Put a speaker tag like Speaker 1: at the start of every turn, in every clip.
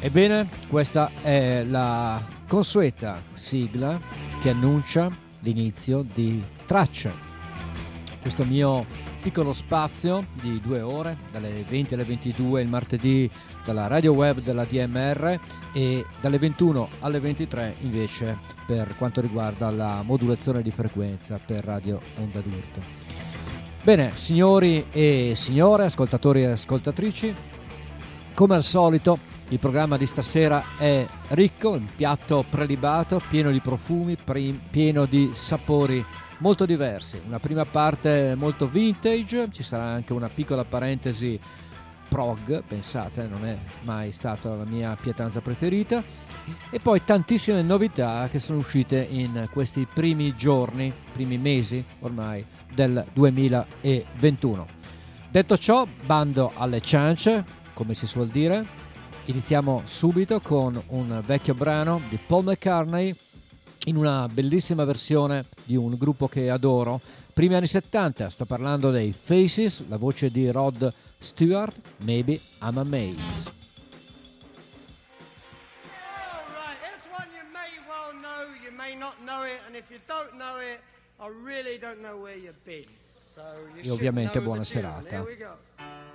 Speaker 1: Ebbene, questa è la consueta sigla che annuncia l'inizio di Tracce, questo mio piccolo spazio di 2 ore, dalle 20 alle 22 il martedì dalla radio web della DMR e dalle 21 alle 23 invece per quanto riguarda la modulazione di frequenza per Radio Onda d'Urto. Bene, signori e signore, ascoltatori e ascoltatrici, come al solito il programma di stasera è ricco, un piatto prelibato, pieno di profumi, pieno di sapori molto diversi. Una prima parte molto vintage, ci sarà anche una piccola parentesi prog, pensate, non è mai stata la mia pietanza preferita, e poi tantissime novità che sono uscite in questi primi giorni, primi mesi ormai del 2021. Detto ciò, bando alle ciance, come si suol dire. Iniziamo subito con un vecchio brano di Paul McCartney in una bellissima versione di un gruppo che adoro, primi anni 70, sto parlando dei Faces, la voce di Rod Stewart, Maybe I'm Amazed.
Speaker 2: Alright, this one you may well know, you may not know it, and if you don't know it, I really don't know where you've been. So you
Speaker 1: E ovviamente
Speaker 2: should know
Speaker 1: buona
Speaker 2: the tune.
Speaker 1: serata.
Speaker 2: Here we go.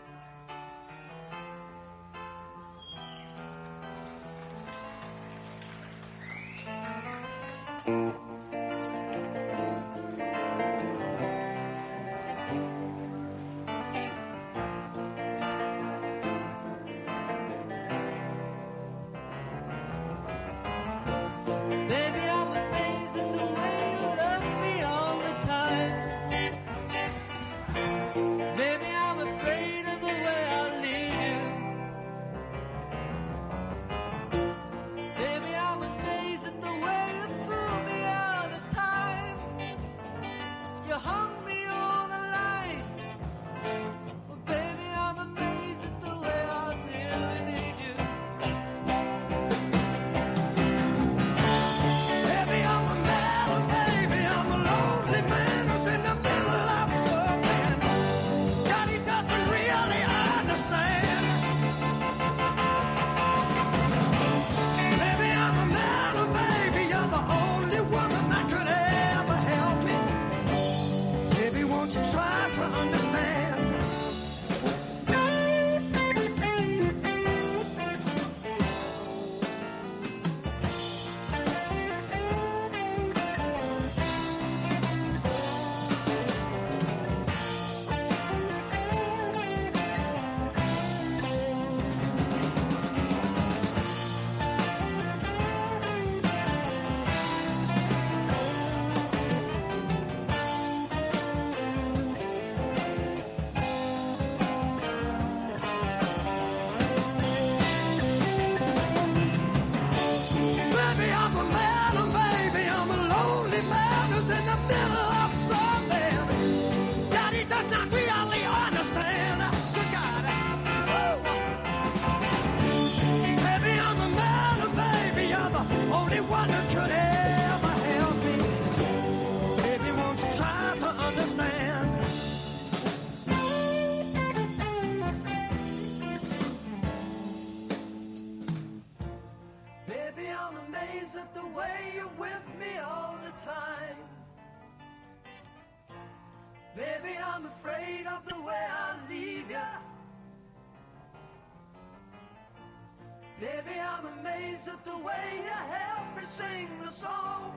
Speaker 3: Baby, I'm amazed at the way you help me sing the song.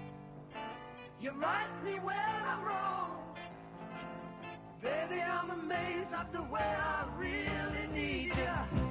Speaker 3: You right me when I'm wrong. Baby, I'm amazed at the way I really need you.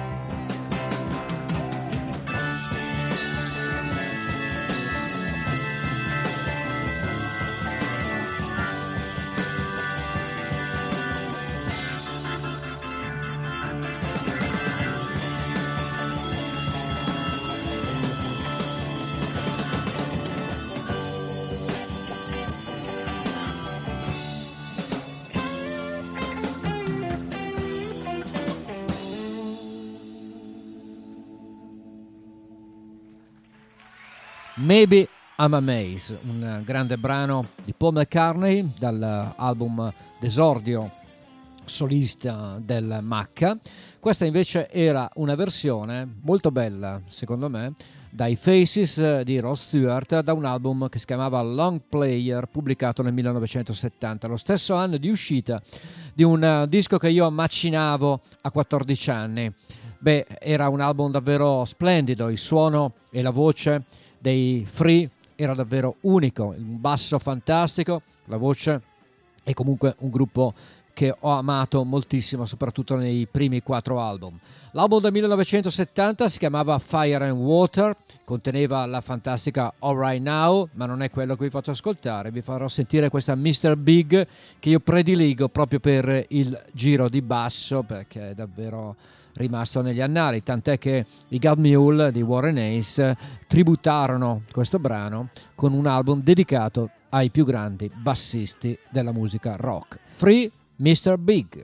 Speaker 1: Maybe I'm Amazed, un grande brano di Paul McCartney dall'album d'esordio solista del Macca. Questa invece era una versione molto bella, secondo me, dai Faces di Rod Stewart, da un album che si chiamava Long Player, pubblicato nel 1970, lo stesso anno di uscita di un disco che io macinavo a 14 anni. Beh, era un album davvero splendido, il suono e la voce dei Free era davvero unico, un basso fantastico, la voce, e comunque un gruppo che ho amato moltissimo, soprattutto nei primi 4 album. L'album del 1970 si chiamava Fire and Water, conteneva la fantastica All Right Now, ma non è quello che vi faccio ascoltare. Vi farò sentire questa Mr. Big, che io prediligo proprio per il giro di basso, perché è davvero rimasto negli annali, tant'è che i God Mule di Warren Hayes tributarono questo brano con un album dedicato ai più grandi bassisti della musica rock. Free Mr. Big.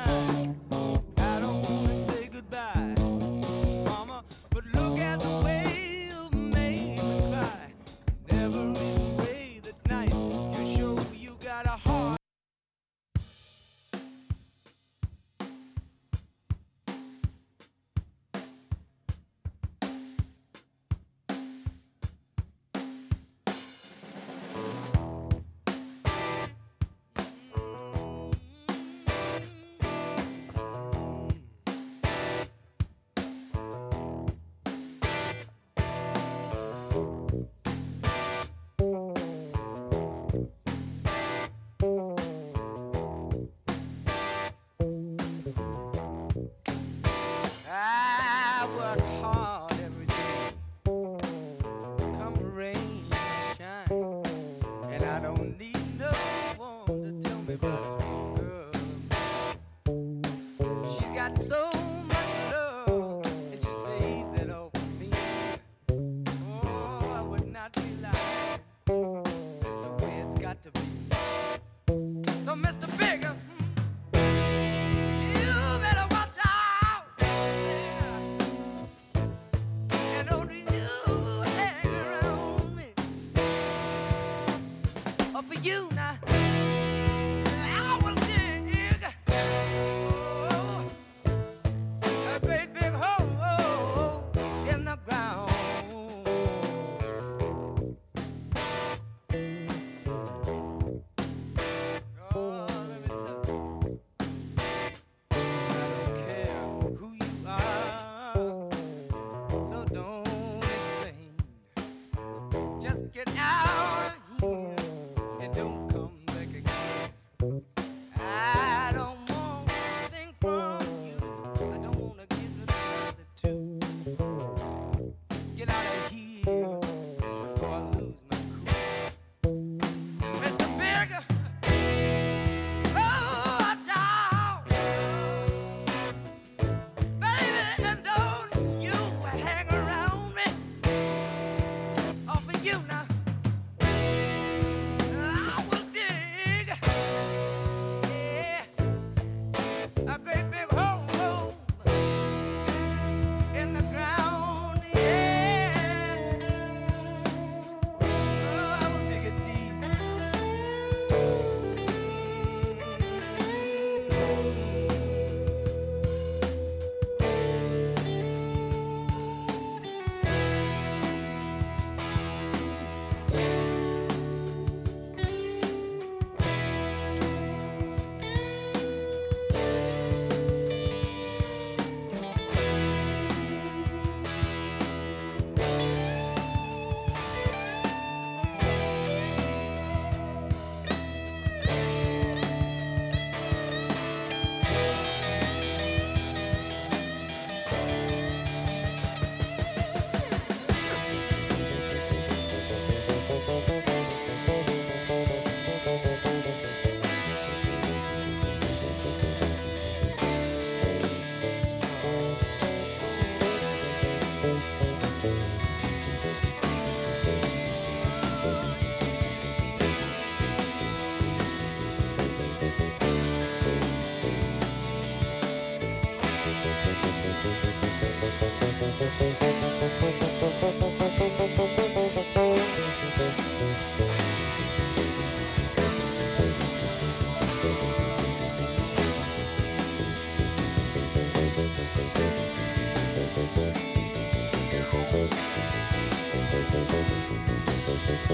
Speaker 3: But look at the way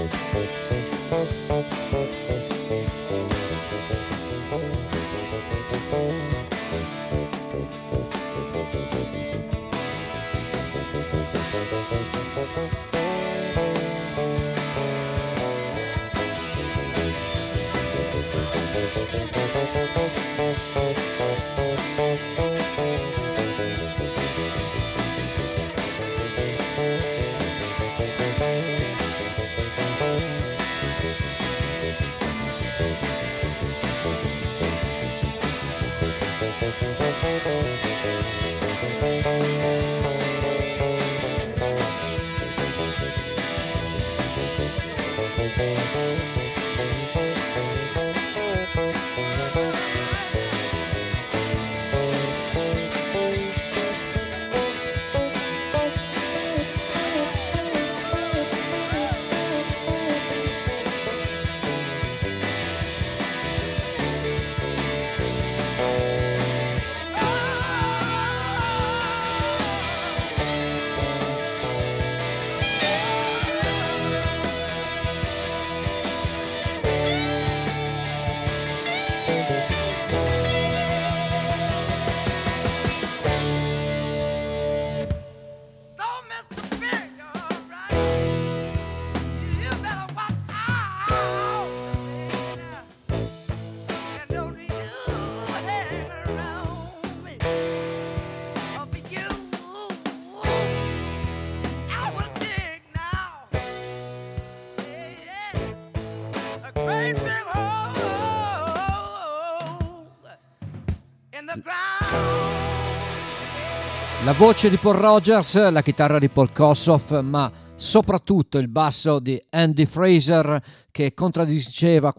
Speaker 1: La voce di Paul Rogers, la chitarra di Paul Kossoff, ma soprattutto il basso di Andy Fraser che contraddistingueva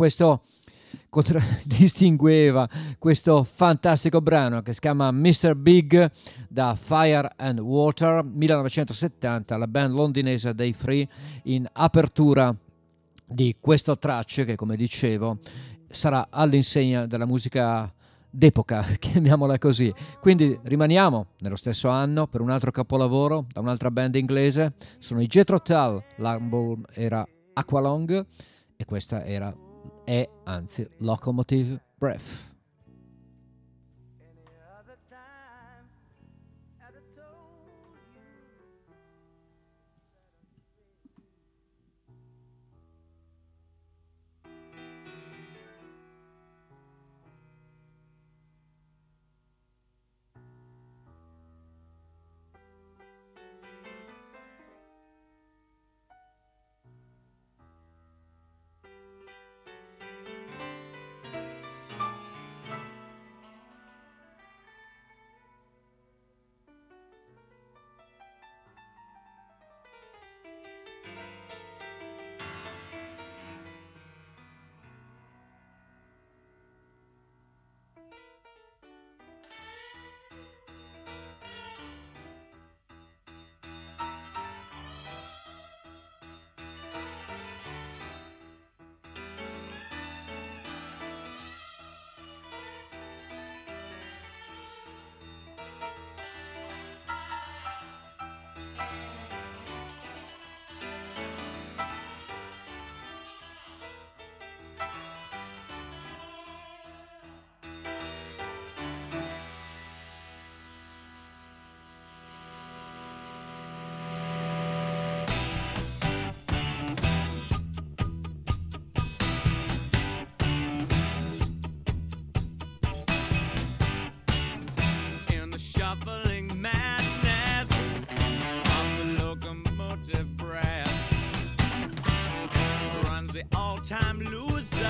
Speaker 1: questo fantastico brano che si chiama Mr. Big da Fire and Water 1970, la band londinese dei Free, in apertura di questo tracce che, come dicevo, sarà all'insegna della musica d'epoca, chiamiamola così. Quindi rimaniamo nello stesso anno per un altro capolavoro da un'altra band inglese. Sono i Jethro Tull, l'album era Aqualung e questa è Locomotive Breath.
Speaker 4: Time loser,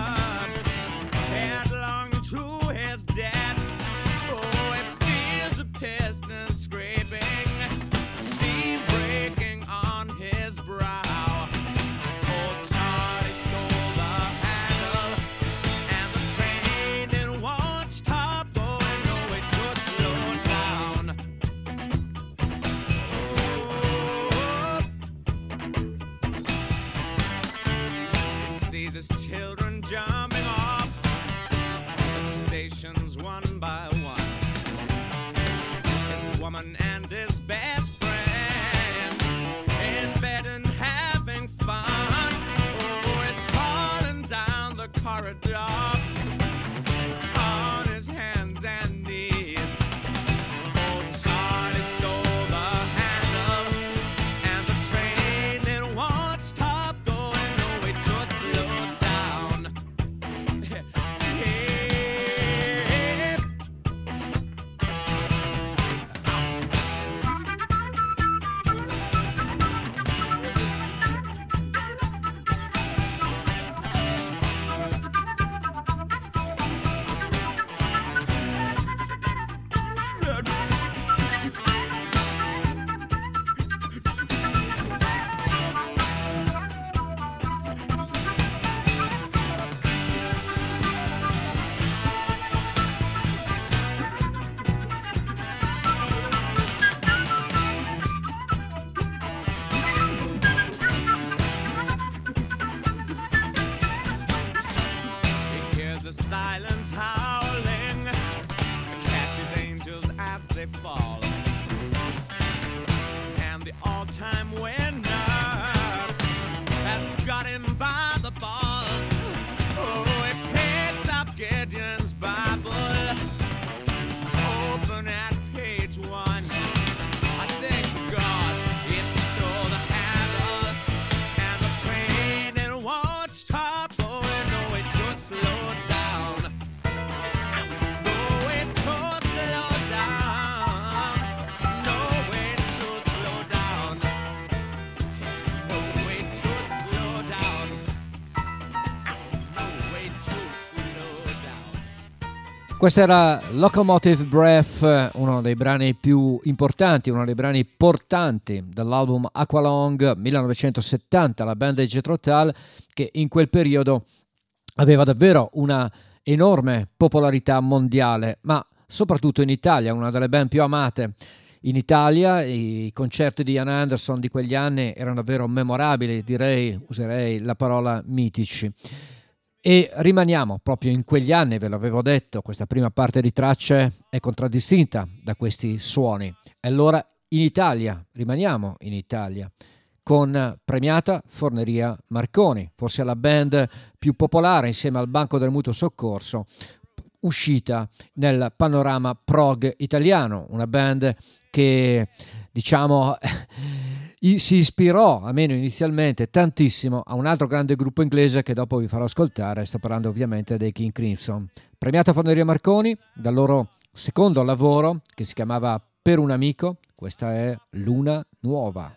Speaker 4: headlong to his death. Oh, it feels a piston scraping, steam breaking on his brow. Old Charlie stole the handle, and the train didn't want to stop going. No, it could slow down. Sees his children jumping off the stations one by one. His woman and his best friend in bed and having fun. a dog on his hands and knees. Old Charlie stole the handle, and the train it won't stop going. No, it should slow down. Hey. He hears the silence howling, catches angels as they fall, and the all-time winner has got him by the balls. Oh, he picks up Gideon's Bible, open at page 1. I thank God he stole the handle, and the train it won't stop going. No, it should slow down. No, it should slow down. No, it should slow down. No, it should slow down. No, it should slow down.
Speaker 1: Questa era Locomotive Breath, uno dei brani più importanti, uno dei brani portanti dall'album Aqualung 1970, la band dei Jethro Tull, che in quel periodo aveva davvero una enorme popolarità mondiale, ma soprattutto in Italia, una delle band più amate in Italia. I concerti di Ian Anderson di quegli anni erano davvero memorabili, direi, userei la parola mitici. E rimaniamo proprio in quegli anni, ve l'avevo detto, questa prima parte di tracce è contraddistinta da questi suoni. E allora in Italia, rimaniamo in Italia, con Premiata Forneria Marconi, forse la band più popolare insieme al Banco del Mutuo Soccorso, uscita nel panorama prog italiano, una band che, diciamo, si ispirò, almeno inizialmente, tantissimo a un altro grande gruppo inglese che dopo vi farò ascoltare. Sto parlando ovviamente dei King Crimson. Premiata Forneria Marconi, dal loro secondo lavoro che si chiamava Per un amico, questa è Luna Nuova.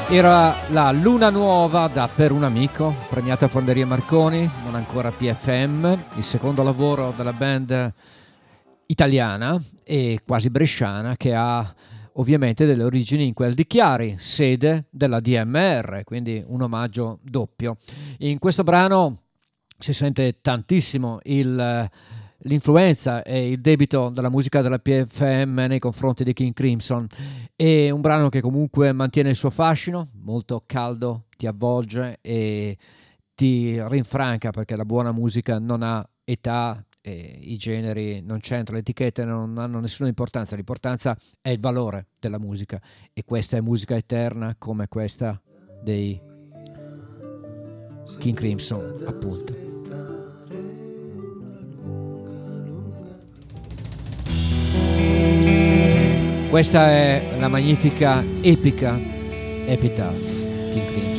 Speaker 1: Era la Luna Nuova da Per un amico, premiata a Fonderia Marconi, non ancora PFM, il secondo lavoro della band italiana e quasi bresciana che ha ovviamente delle origini in quel di Chiari, sede della DMR, quindi un omaggio doppio. In questo brano si sente tantissimo l'influenza e il debito della musica della PFM nei confronti di King Crimson. È un brano che comunque mantiene il suo fascino, molto caldo, ti avvolge e ti rinfranca, perché la buona musica non ha età, i generi non c'entrano, le etichette non hanno nessuna importanza, l'importanza è il valore della musica, e questa è musica eterna come questa dei King Crimson, appunto. Questa è la magnifica epica Epitaph, King Crimson.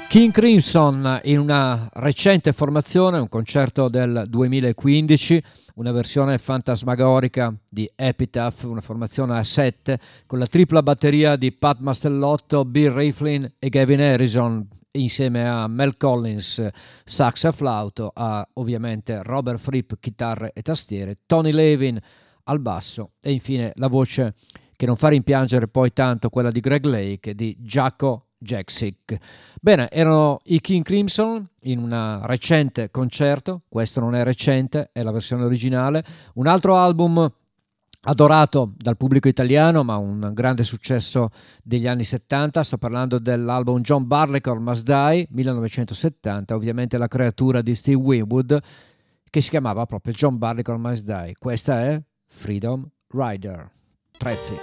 Speaker 1: King Crimson in una recente formazione, un concerto del 2015, una versione fantasmagorica di Epitaph, una formazione a 7 con la tripla batteria di Pat Mastellotto, Bill Rieflin e Gavin Harrison, insieme a Mel Collins sax e flauto, a ovviamente Robert Fripp chitarre e tastiere, Tony Levin al basso e infine la voce che non fa rimpiangere poi tanto, quella di Greg Lake e di Jaco Jaksic. Bene, erano i King Crimson in un recente concerto, questo non è recente, è la versione originale, un altro album adorato dal pubblico italiano ma un grande successo degli anni 70, sto parlando dell'album John Barleycorn Must Die 1970, ovviamente la creatura di Steve Winwood che si chiamava proprio John Barleycorn Must Die. Questa è Freedom Rider, Traffic.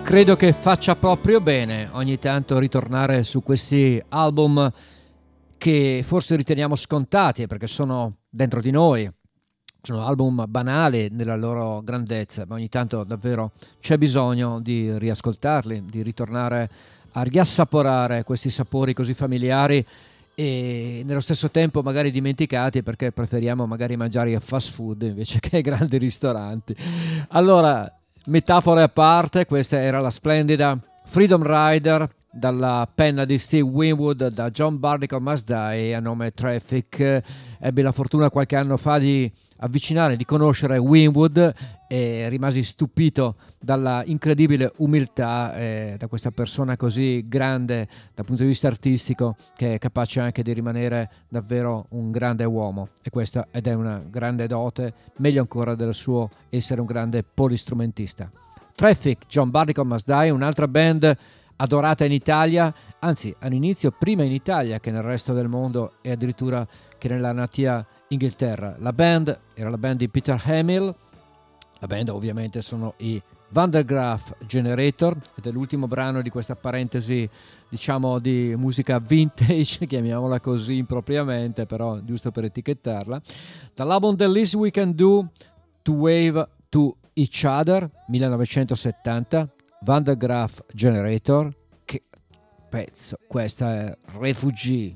Speaker 1: credo che faccia proprio bene ogni tanto ritornare su questi album che forse riteniamo scontati perché sono dentro di noi, sono album banali nella loro grandezza, ma ogni tanto davvero c'è bisogno di riascoltarli, di ritornare a riassaporare questi sapori così familiari e nello stesso tempo magari dimenticati perché preferiamo magari mangiare a fast food invece che ai grandi ristoranti. Allora, metafore a parte, questa era la splendida Freedom Rider dalla penna di Steve Winwood, da John Barleycorn Must Die a nome Traffic. Ebbi la fortuna qualche anno fa di avvicinare, di conoscere Winwood e rimasi stupito dalla incredibile umiltà da questa persona così grande dal punto di vista artistico, che è capace anche di rimanere davvero un grande uomo, e questa ed è una grande dote, meglio ancora del suo essere un grande polistrumentista. Traffic, John Barleycorn Must Die, un'altra band adorata in Italia, anzi all'inizio prima in Italia che nel resto del mondo e addirittura che nella natia Inghilterra. La band era la band di Peter Hamill, la band ovviamente sono i Van der Graaf Generator ed è l'ultimo brano di questa parentesi, diciamo, di musica vintage, chiamiamola così impropriamente, però giusto per etichettarla, dall'album The Least We Can Do to Wave to Each Other 1970, Van der Graaf Generator. Che pezzo, questa è Refugee.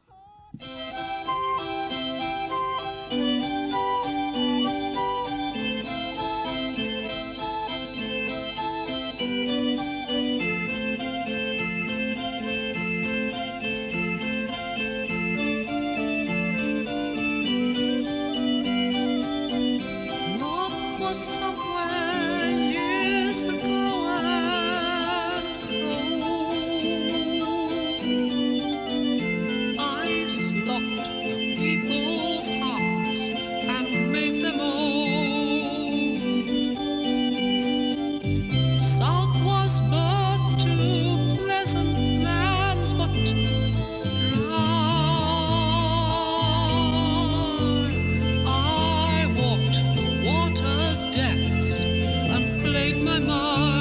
Speaker 5: Somewhere years ago and cold, ice locked people's hearts and made them old. South was birth to pleasant lands, but dry. I walked the water's depths and played my mind.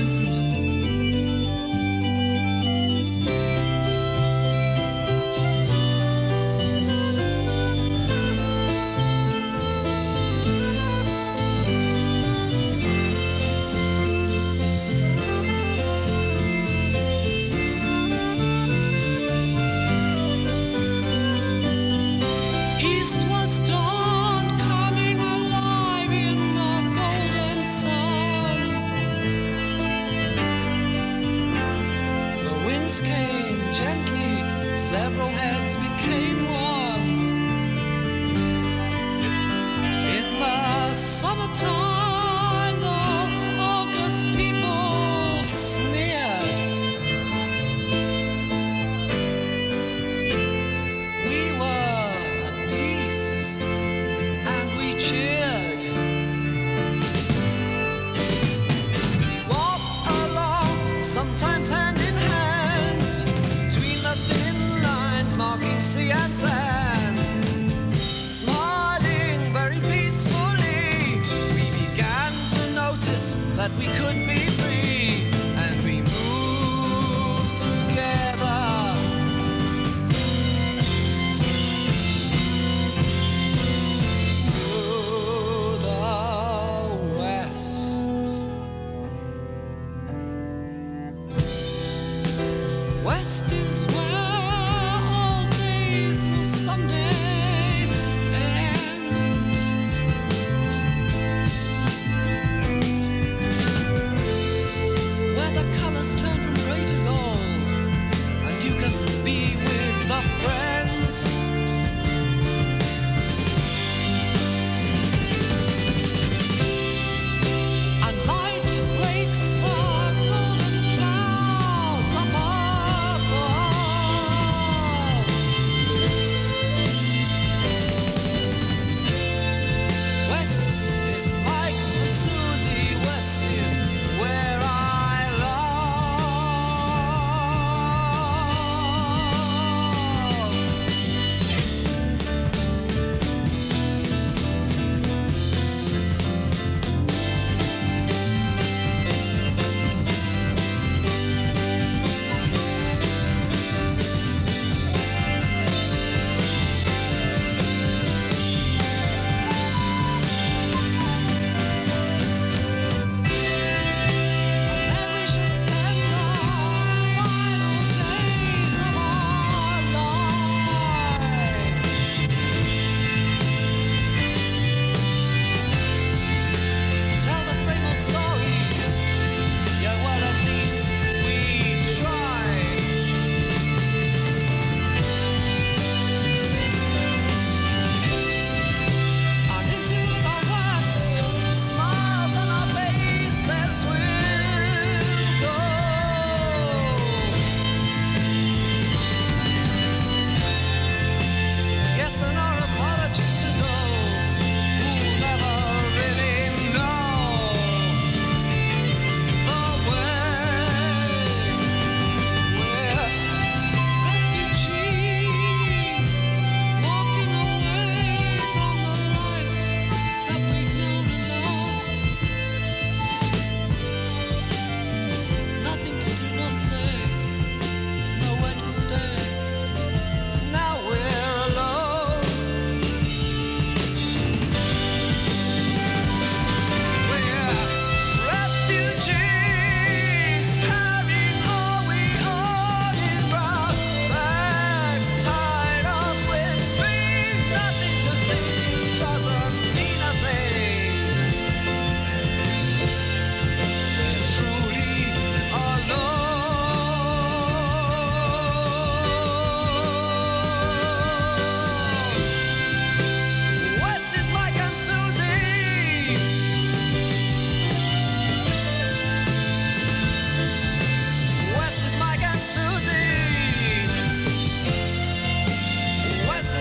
Speaker 5: East was dawn coming alive in the golden sun. The winds came gently, several heads became one. In the summertime, the August people sneered. We were at peace and we cheered. We walked along, sometimes hand in hand, between the thin lines marking sea and sand. Smiling very peacefully, we began to notice that we could be free, and we moved together. To the west. West is where all days will someday end.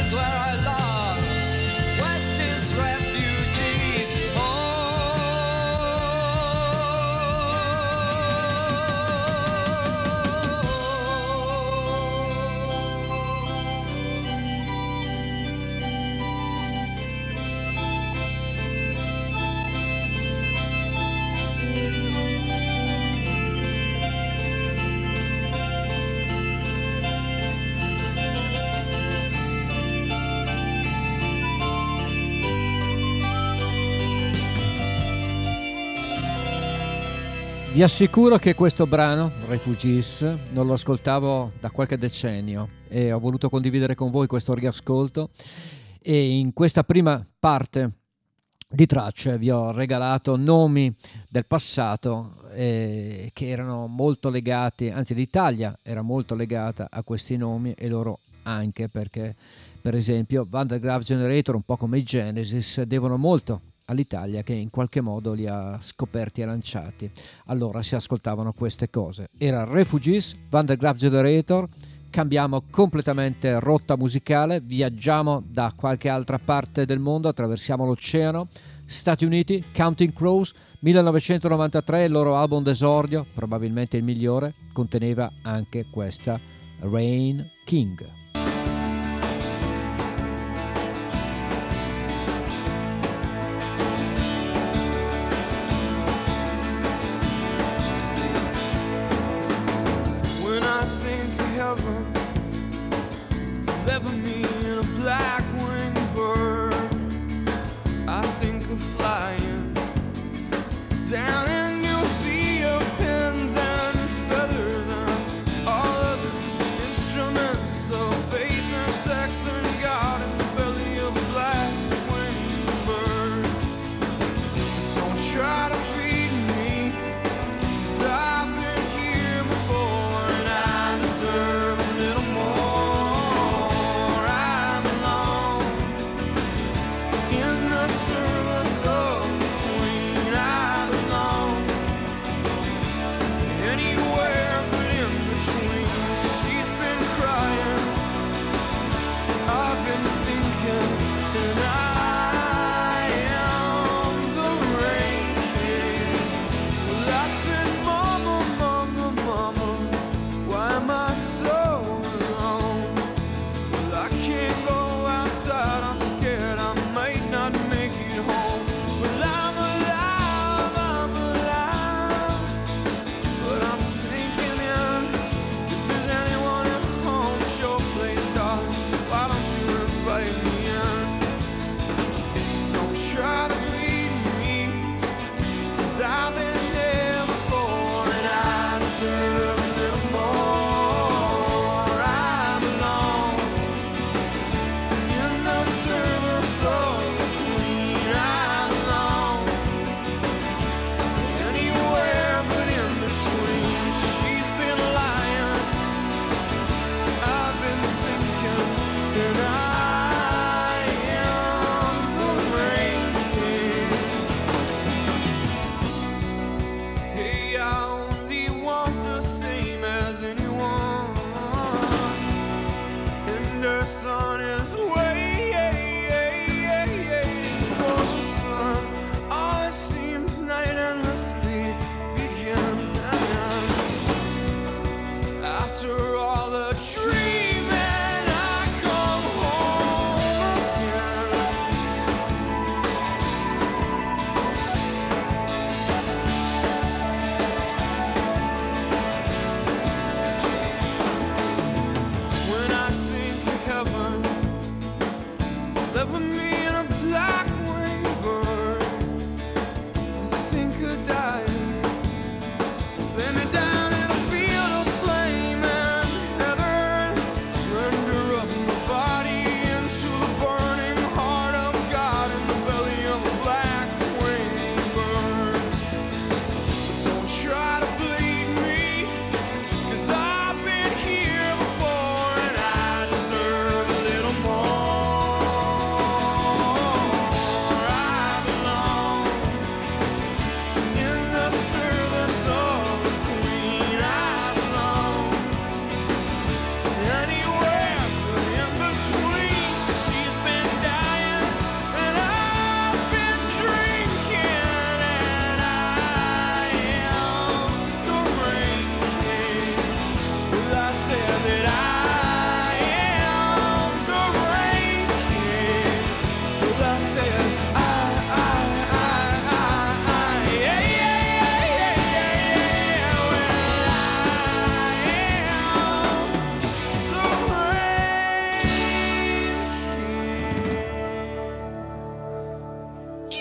Speaker 5: is where I love. West is refugees.
Speaker 1: Vi assicuro che questo brano, Refugees, non lo ascoltavo da qualche decennio e ho voluto condividere con voi questo riascolto, e in questa prima parte di tracce vi ho regalato nomi del passato che erano molto legati, anzi l'Italia era molto legata a questi nomi e loro anche, perché per esempio Van der Graaf Generator, un po' come i Genesis, devono molto all'Italia che in qualche modo li ha scoperti e lanciati. Allora si ascoltavano queste cose. Era Refugees, Van der Graaf Generator. Cambiamo completamente rotta musicale, viaggiamo da qualche altra parte del mondo, attraversiamo l'oceano. Stati Uniti, Counting Crows, 1993, il loro album d'esordio, probabilmente il migliore, conteneva anche questa Rain King.
Speaker 4: Never me in a black winged bird. I think of flying down in your sea of pins and feathers and all other instruments of faith and sex and God in the belly of a black winged bird. Don't try to feed me, 'cause I've been here before and I deserve a little more.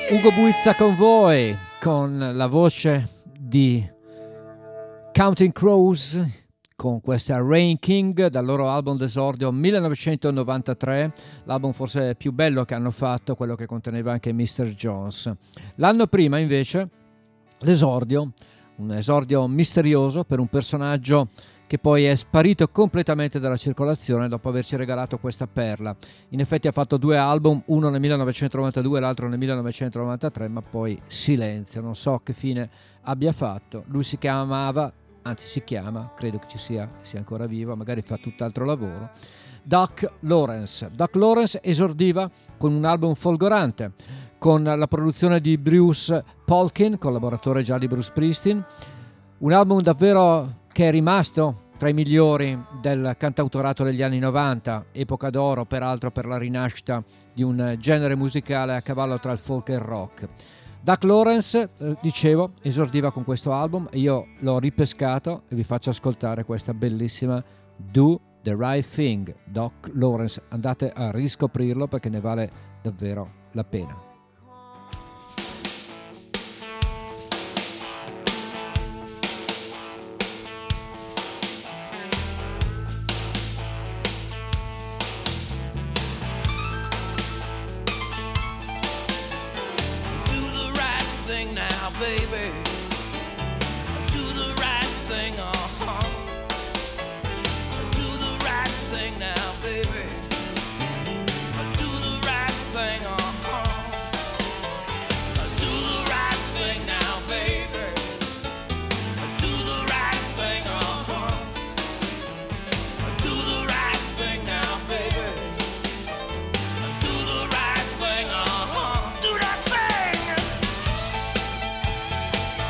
Speaker 1: Ugo Buizza con voi, con la voce di Counting Crows, con questa Rain King dal loro album d'esordio 1993, l'album forse più bello che hanno fatto, quello che conteneva anche Mr. Jones. L'anno prima invece l'esordio, un esordio misterioso per un personaggio che poi è sparito completamente dalla circolazione dopo averci regalato questa perla. In effetti ha fatto 2 album, uno nel 1992 e l'altro nel 1993, ma poi silenzio, non so che fine abbia fatto. Lui si chiamava, anzi si chiama, credo che sia ancora vivo, magari fa tutt'altro lavoro, Duck Lawrence. Duck Lawrence esordiva con un album folgorante, con la produzione di Bruce Polkin, collaboratore già di Bruce Springsteen, un album davvero che è rimasto tra i migliori del cantautorato degli anni 90, epoca d'oro peraltro per la rinascita di un genere musicale a cavallo tra il folk e il rock. Duck Lawrence, dicevo, esordiva con questo album e io l'ho ripescato e vi faccio ascoltare questa bellissima Do the Right Thing. Duck Lawrence, andate a riscoprirlo perché ne vale davvero la pena.
Speaker 5: Baby, do the right thing, do the right thing now, baby. Do the right thing, do the right thing now, baby. Do the right thing, do the right thing now, baby. Do the right thing, do that thing.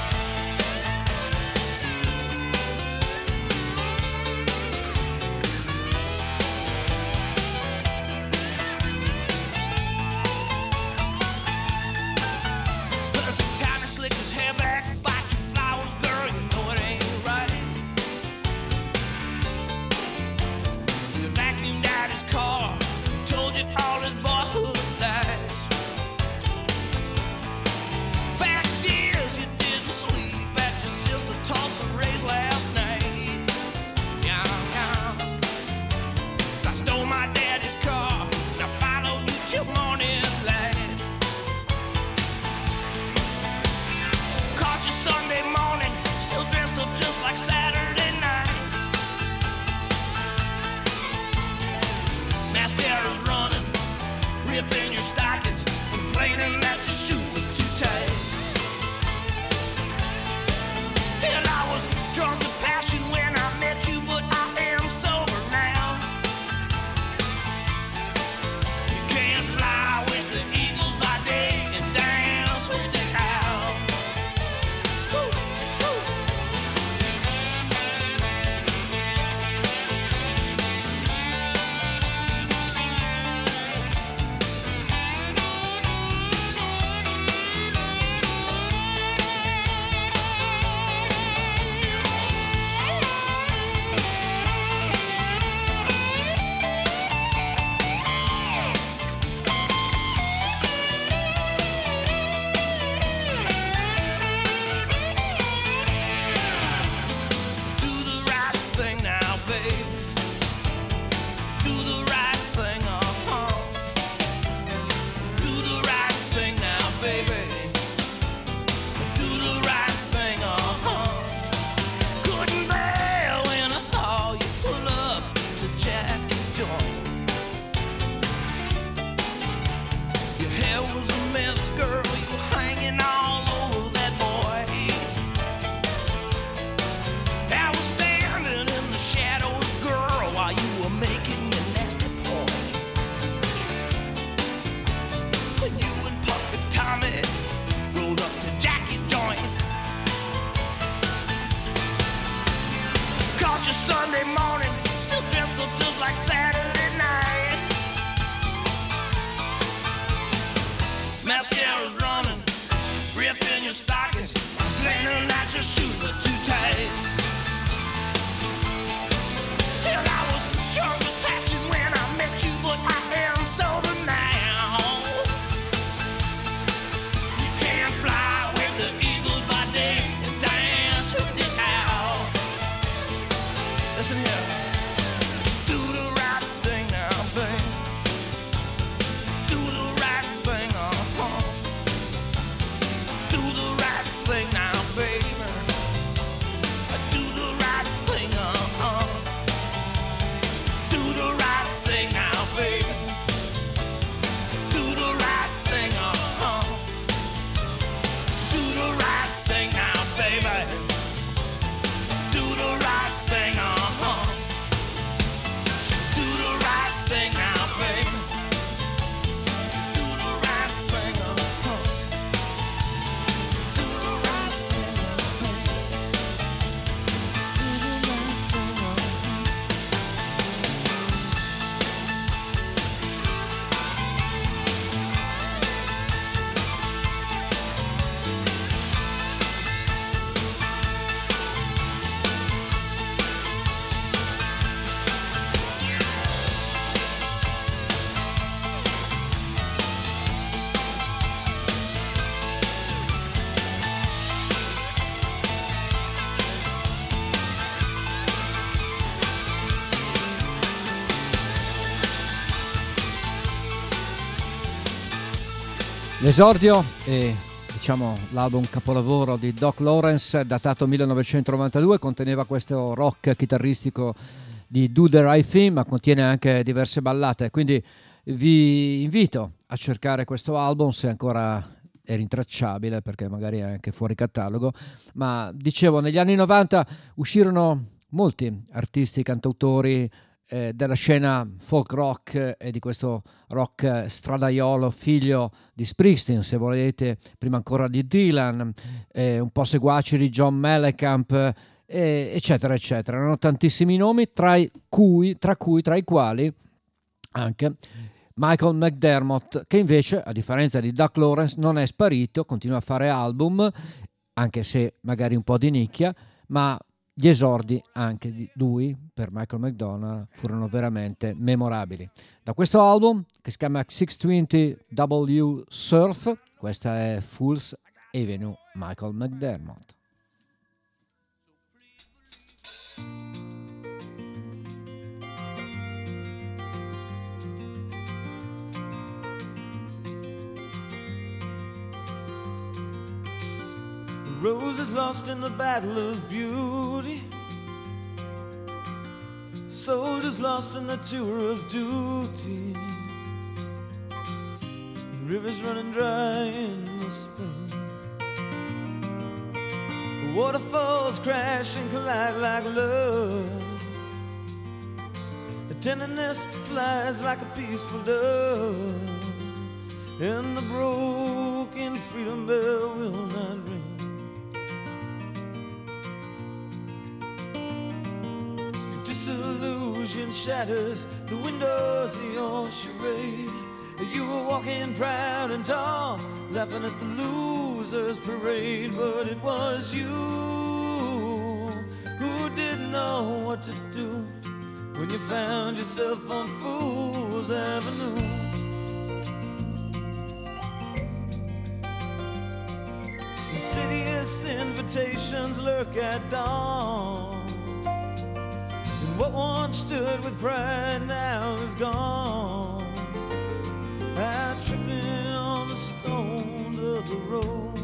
Speaker 1: L'esordio e diciamo l'album capolavoro di Doc Lawrence, datato 1992, conteneva questo rock chitarristico di Do the Right Thing, ma contiene anche diverse ballate, quindi vi invito a cercare questo album se ancora è rintracciabile, perché magari è anche fuori catalogo. Ma dicevo, negli anni 90 uscirono molti artisti, cantautori della scena folk rock e di questo rock stradaiolo, figlio di Springsteen, se volete, prima ancora di Dylan, un po' seguaci di John Mellencamp, eccetera eccetera. Erano tantissimi nomi, tra i quali anche Michael McDermott, che invece, a differenza di Doc Lawrence, non è sparito, continua a fare album, anche se magari un po' di nicchia, ma gli esordi anche di lui per Michael McDonald furono veramente memorabili. Da questo album, che si chiama 620W Surf, questa è Fool's Avenue, Michael McDermott.
Speaker 6: Rose is lost in the battle of beauty. Soldiers lost in the tour of duty. Rivers running dry in the spring. Waterfalls crash and collide like love. The tenderness flies like a peaceful dove. And the broken freedom bell will not ring. Disillusion shatters the windows of your charade. You were walking proud and tall, laughing at the losers' parade. But it was you who didn't know what to do when you found yourself on Fool's Avenue. Insidious invitations lurk at dawn. What once stood with pride now is gone. Out tripping on the stones of the road.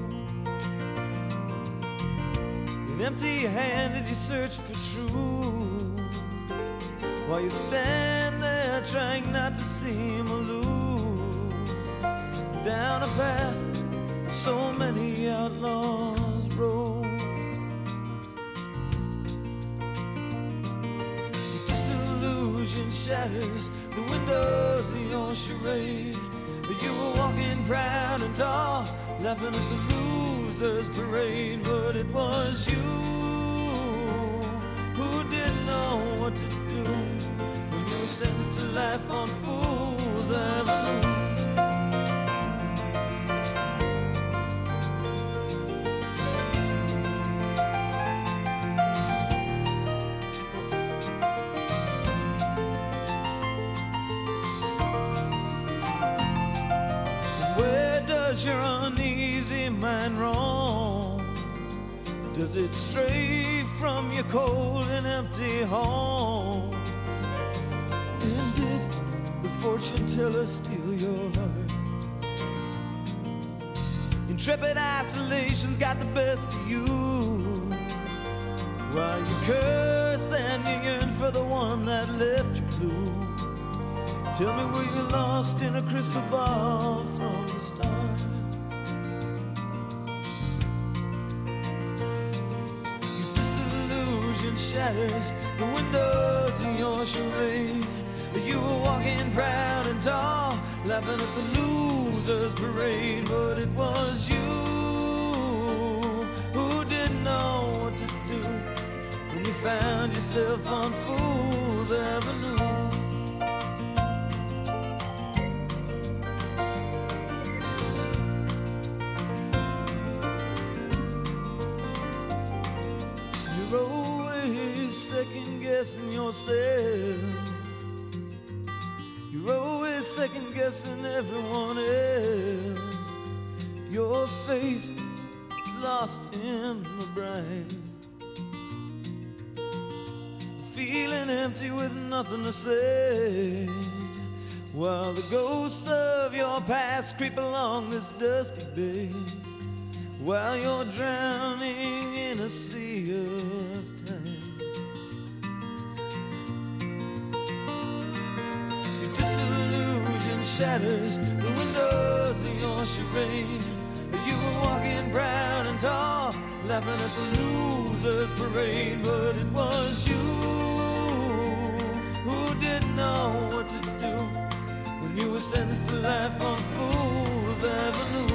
Speaker 6: With empty-handed you search for truth, while you stand there trying not to seem aloof. Down a path so many outlaws rode. Shatters the windows of your charade. You were walking proud and tall, laughing at the losers' parade. But it was you who didn't know what to do when you were sentenced to life on Fool's Avenue. Does your uneasy mind roam? Does it stray from your cold and empty home? And did the fortune teller steal your heart? Intrepid isolation's got the best of you, while you curse and you yearn for the one that left you blue. Tell me, were you lost in a crystal ball from the start? Your disillusion shatters the windows of your charade. You were walking proud and tall, laughing at the losers' parade. But it was you who didn't know what to do when you found yourself on Fool's Avenue. Second guessing yourself. You're always second guessing everyone else. Your faith is lost in the bright, feeling empty with nothing to say. while the ghosts of your past creep along this dusty bay, while you're drowning in a sea of time. Your disillusion shatters the windows of your charade. You were walking proud and tall, laughing at the losers' parade, but it was you who didn't know what to do when you were sentenced to life on Fool's Avenue.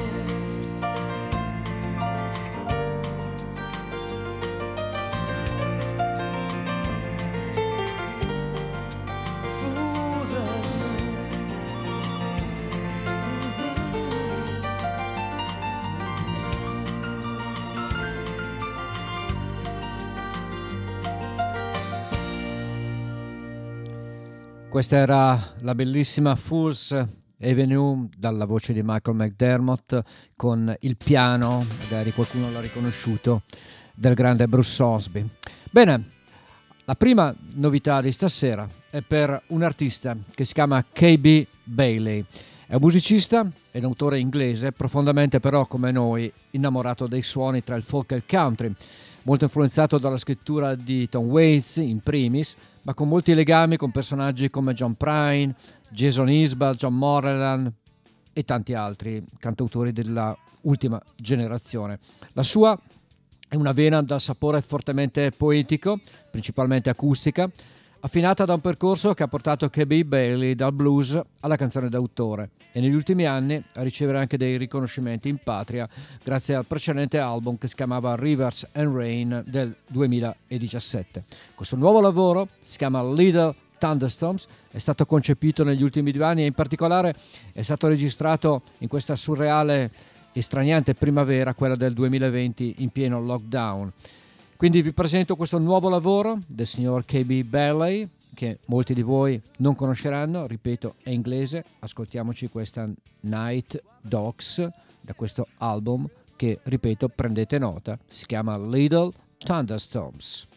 Speaker 1: Questa era la bellissima Fool's Avenue dalla voce di Michael McDermott con il piano, magari qualcuno l'ha riconosciuto, del grande Bruce Osby. Bene, la prima novità di stasera è per un artista che si chiama KB Bailey. È un musicista ed un autore inglese, profondamente però come noi innamorato dei suoni tra il folk e il country, molto influenzato dalla scrittura di Tom Waits in primis, ma con molti legami con personaggi come John Prine, Jason Isbell, John Moreland e tanti altri cantautori della ultima generazione. La sua è una vena dal sapore fortemente poetico, principalmente acustica, affinata da un percorso che ha portato KB Bailey dal blues alla canzone d'autore e negli ultimi anni a ricevere anche dei riconoscimenti in patria grazie al precedente album che si chiamava Rivers and Rain del 2017. Questo nuovo lavoro si chiama Little Thunderstorms, è stato concepito negli ultimi 2 anni e in particolare è stato registrato in questa surreale e straniante primavera, quella del 2020 in pieno lockdown. Quindi vi presento questo nuovo lavoro del signor KB Bailey, che molti di voi non conosceranno, ripeto, è inglese. Ascoltiamoci questa Night Dogs da questo album che, ripeto, prendete nota, si chiama Little Thunderstorms.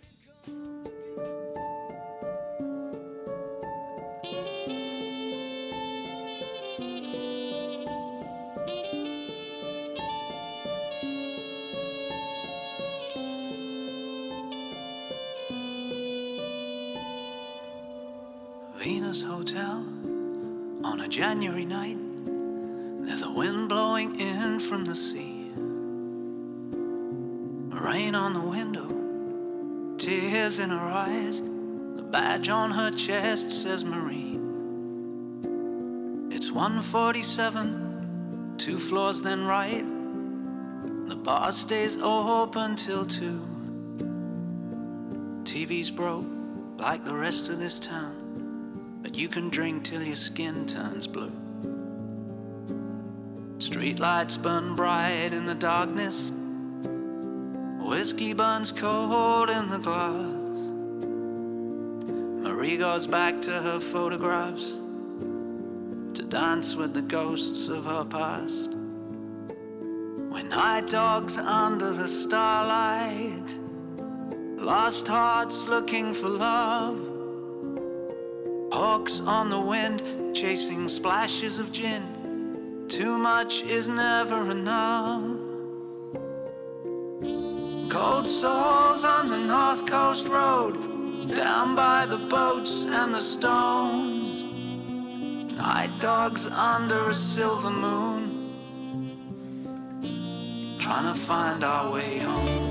Speaker 7: Venus Hotel on a January night. There's a wind blowing in from the sea. Rain on the window, tears in her eyes. The badge on her chest says Marine. It's 1:47, 2 floors then right. The bar stays open till 2. TV's broke like the rest of this town, but you can drink till your skin turns blue. Streetlights burn bright in the darkness. Whiskey burns cold in the glass. Marie goes back to her photographs to dance with the ghosts of her past. When night dogs under the starlight, lost hearts looking for love. Hawks on the wind, chasing splashes of gin. Too much is never enough. Cold souls on the North Coast Road, down by the boats and the stones. Night dogs under a silver moon, trying to find our way home.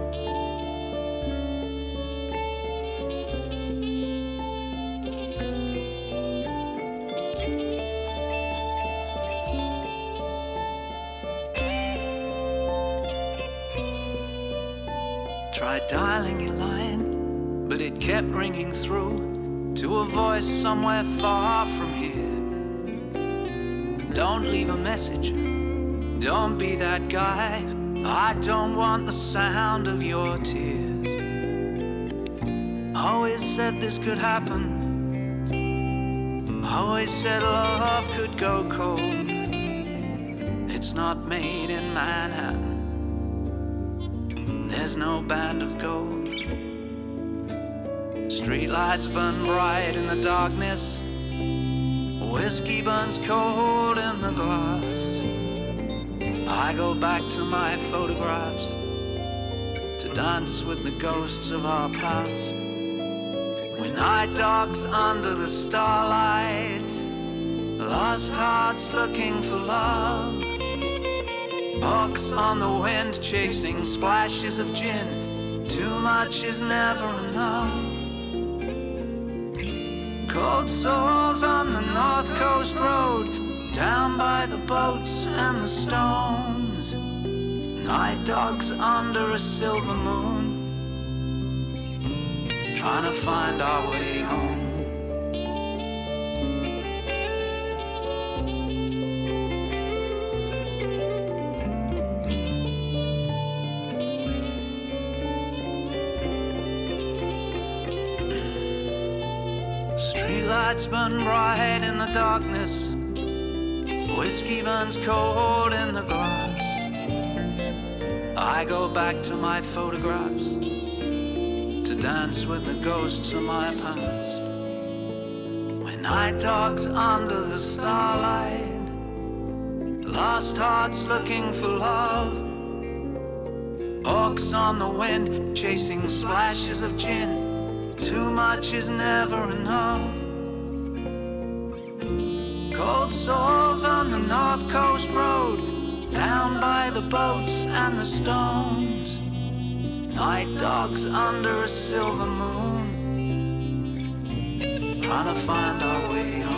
Speaker 7: Tried dialing your line, but it kept ringing through to a voice somewhere far from here. Don't leave a message, don't be that guy. I don't want the sound of your tears. Always said this could happen, always said love could go cold. It's not made in Manhattan, there's no band of gold. Streetlights burn bright in the darkness. whiskey burns cold in the glass. I go back to my photographs to dance with the ghosts of our past. When night dogs under the starlight, lost hearts looking for love, hawks on the wind chasing splashes of gin. Too much is never enough. Cold souls on the North Coast Road, down by the boats and the stones. Night dogs under a silver moon, trying to find our way home. Streetlights burn bright in the darkness, whiskey burns cold in the glass. I go back to my photographs to dance with the ghosts of my past. When night dogs under the starlight, lost hearts looking for love, hawks on the wind chasing splashes of gin. Too much is never enough. Cold souls on the North Coast Road, down by the boats and the stones. Night dogs under a silver moon, trying to find our way home.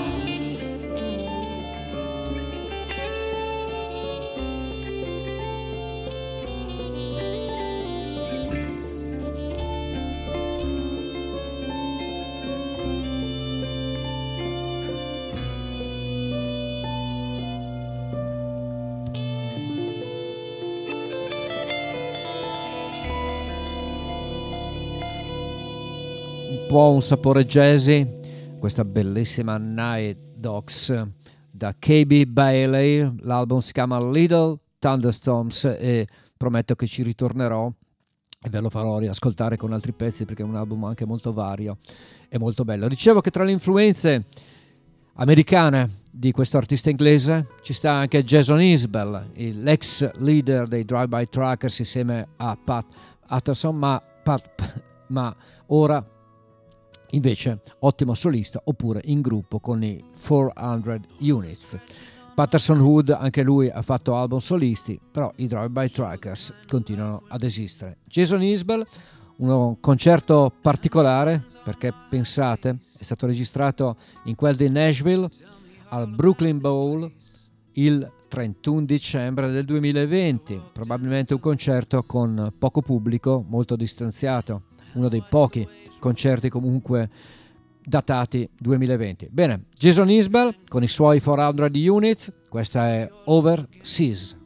Speaker 1: Un sapore jazzy, questa bellissima Night Dogs da KB Bailey. L'album si chiama Little Thunderstorms e prometto che ci ritornerò e ve lo farò riascoltare con altri pezzi perché è un album anche molto vario e molto bello. Dicevo che tra le influenze americane di questo artista inglese ci sta anche Jason Isbell, l'ex leader dei Drive-By Truckers insieme a Pat Atherson, ma ora invece ottimo solista oppure in gruppo con i 400 Units. Patterson Hood, anche lui ha fatto album solisti, però i Drive-By Truckers continuano ad esistere. Jason Isbell, un concerto particolare perché pensate è stato registrato in quel di Nashville al Brooklyn Bowl il 31 dicembre del 2020, probabilmente un concerto con poco pubblico, molto distanziato, uno dei pochi concerti comunque datati 2020. Bene, Jason Isbell con i suoi 400 Units, questa è Overseas.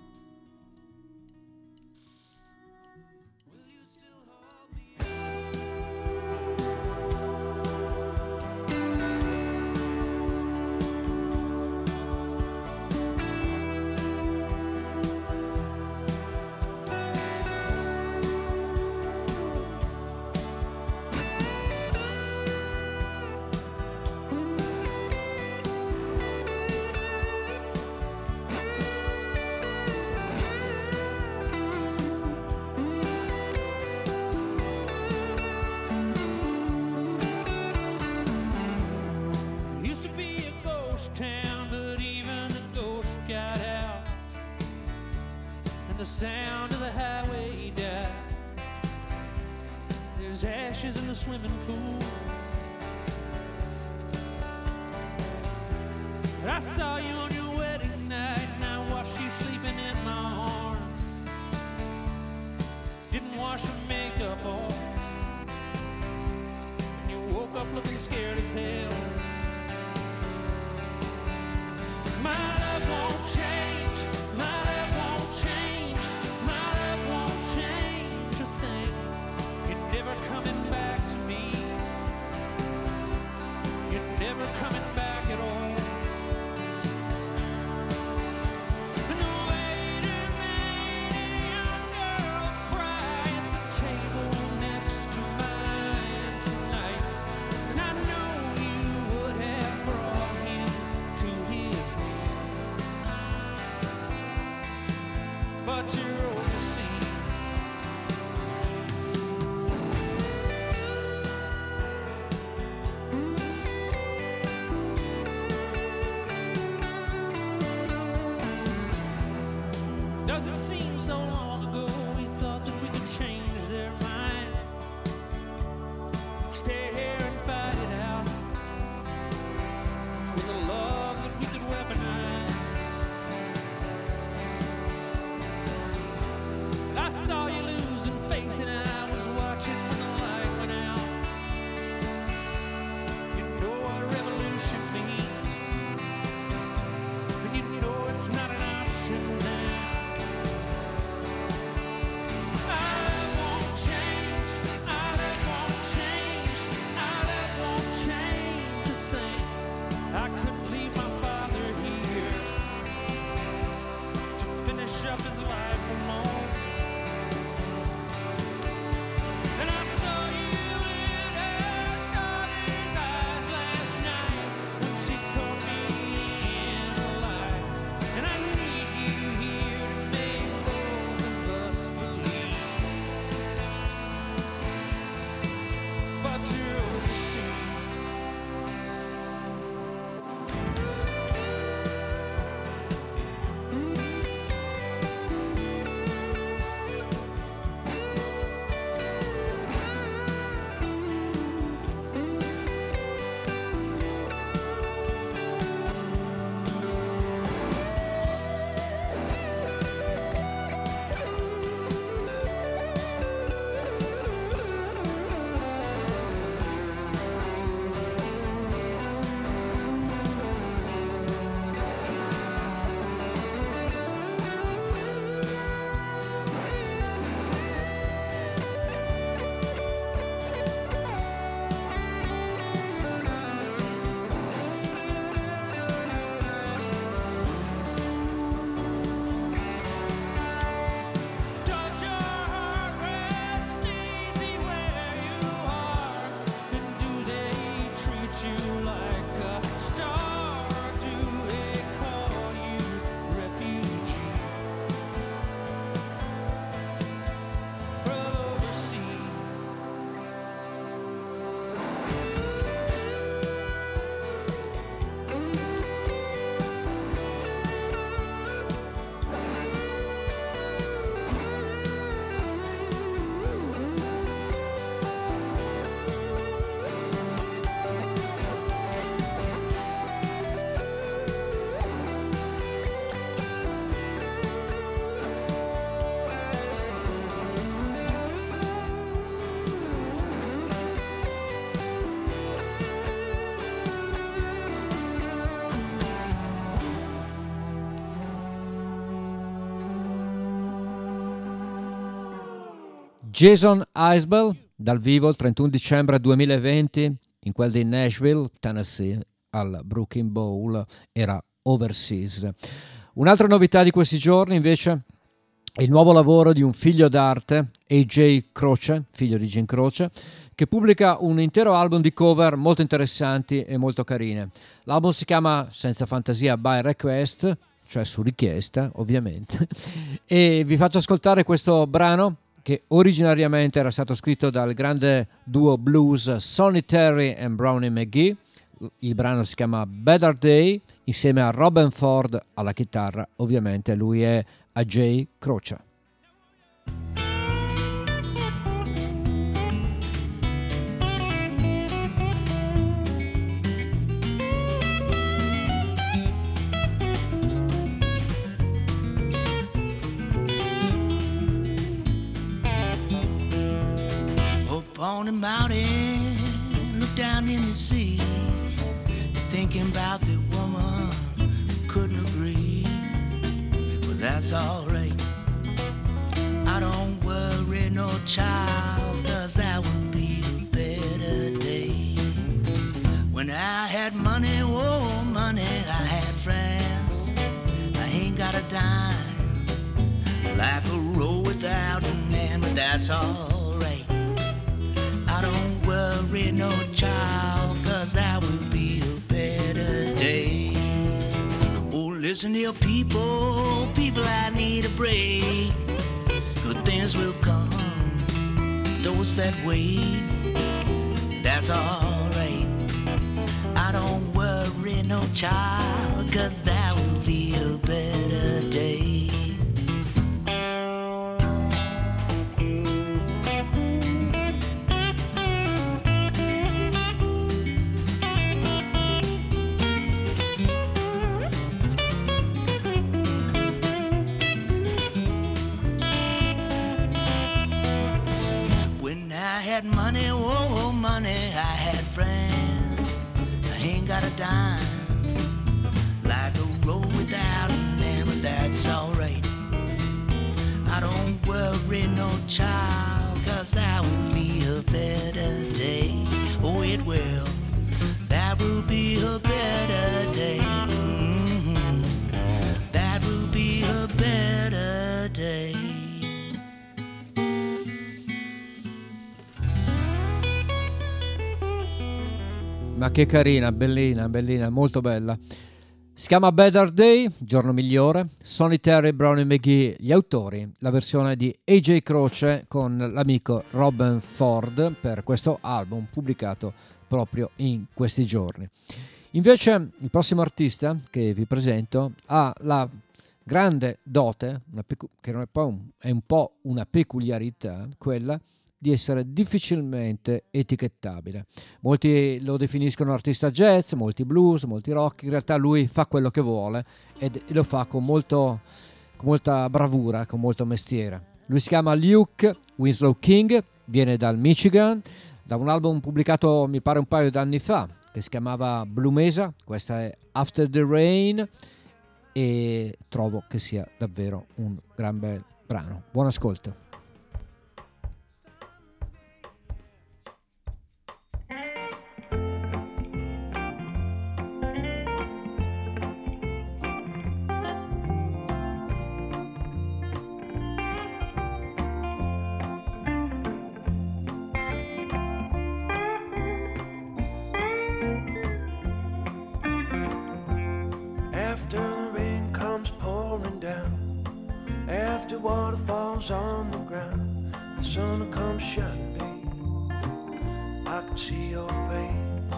Speaker 8: The sound of the highway died. There's ashes in the swimming pool. But I saw you on your wedding night, and I watched you sleeping in my arms. Didn't wash your makeup off, and you woke up looking scared as hell. My love won't change. My love won't change. My love won't change a thing. You're never coming back to me. You're never coming back at all. And the waiter made a young girl cry at the table next to mine tonight. And I know you 'cause it seems so long ago we thought that we could change their mind. Stay here and fight it out with a love that we could weaponize. But I saw you losing faith and I was watching when the light went out. You know what revolution means, and you know it's not an option now. I won't change, I won't change, I won't change a thing. I couldn't leave my father here to finish up his life alone. And I saw you in her daughter's eyes last night when she called me in alive. And I need you here to make both of us believe. But you're overseas. Does your heart rest easy where you are? And do they treat you like a star? Or do they call you refugee from overseas?
Speaker 1: Jason Isbell dal vivo il 31 dicembre 2020 in quel di Nashville, Tennessee, al Brooklyn Bowl, era Overseas. Un'altra novità di questi giorni invece è il nuovo lavoro di un figlio d'arte, AJ Croce, figlio di Jim Croce, che pubblica un intero album di cover molto interessanti e molto carine. L'album si chiama Senza Fantasia by Request, cioè su richiesta ovviamente, e vi faccio ascoltare questo brano che originariamente era stato scritto dal grande duo blues Sonny Terry e Brownie McGhee. Il brano si chiama Better Day, insieme a Robin Ford alla chitarra, ovviamente lui è AJ Croce.
Speaker 9: Up on the mountain, look down in the sea, thinking about the woman who couldn't agree. But that's alright, I don't worry no child, 'cause that will be a better day. When I had money, oh money, I had friends, I ain't got a dime, like a road without an end. But that's alright, I don't worry no child, 'cause that will be a better day. Oh, listen here people, people, I need a break. Good things will come, those that wait. That's alright, I don't worry no child, 'cause that will be a better day. dime, like a road without an end, but that's alright. I don't worry, no child, 'cause that will be a better day. Oh, it will. That will be a better day. Mm-hmm. That will be a better day.
Speaker 1: Ma che carina, bellina, bellina, molto bella. Si chiama Better Day, Giorno Migliore. Sonny Terry, Brownie McGhee, gli autori. La versione di AJ Croce con l'amico Robin Ford per questo album pubblicato proprio in questi giorni. Invece il prossimo artista che vi presento ha la grande dote, che non è, poi è un po' una peculiarità, quella di essere difficilmente etichettabile. Molti lo definiscono artista jazz, molti blues, molti rock. In realtà lui fa quello che vuole e lo fa con molta bravura, con molto mestiere. Lui si chiama Luke Winslow King, viene dal Michigan, da un album pubblicato mi pare un paio d'anni fa che si chiamava Blue Mesa. Questa è After the Rain e trovo che sia davvero un gran bel brano. Buon ascolto.
Speaker 6: Waterfalls on the ground, the sun will come shining, babe. I can see your face.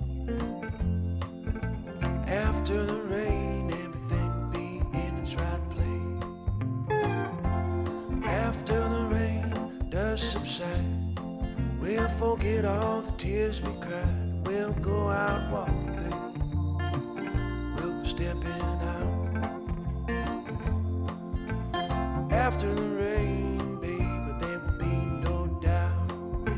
Speaker 6: After the rain, everything will be in its right place. After the rain does subside, we'll forget all the tears we cried. We'll go out walking, babe. We'll go stepping out. After the rain, baby, there will be no doubt.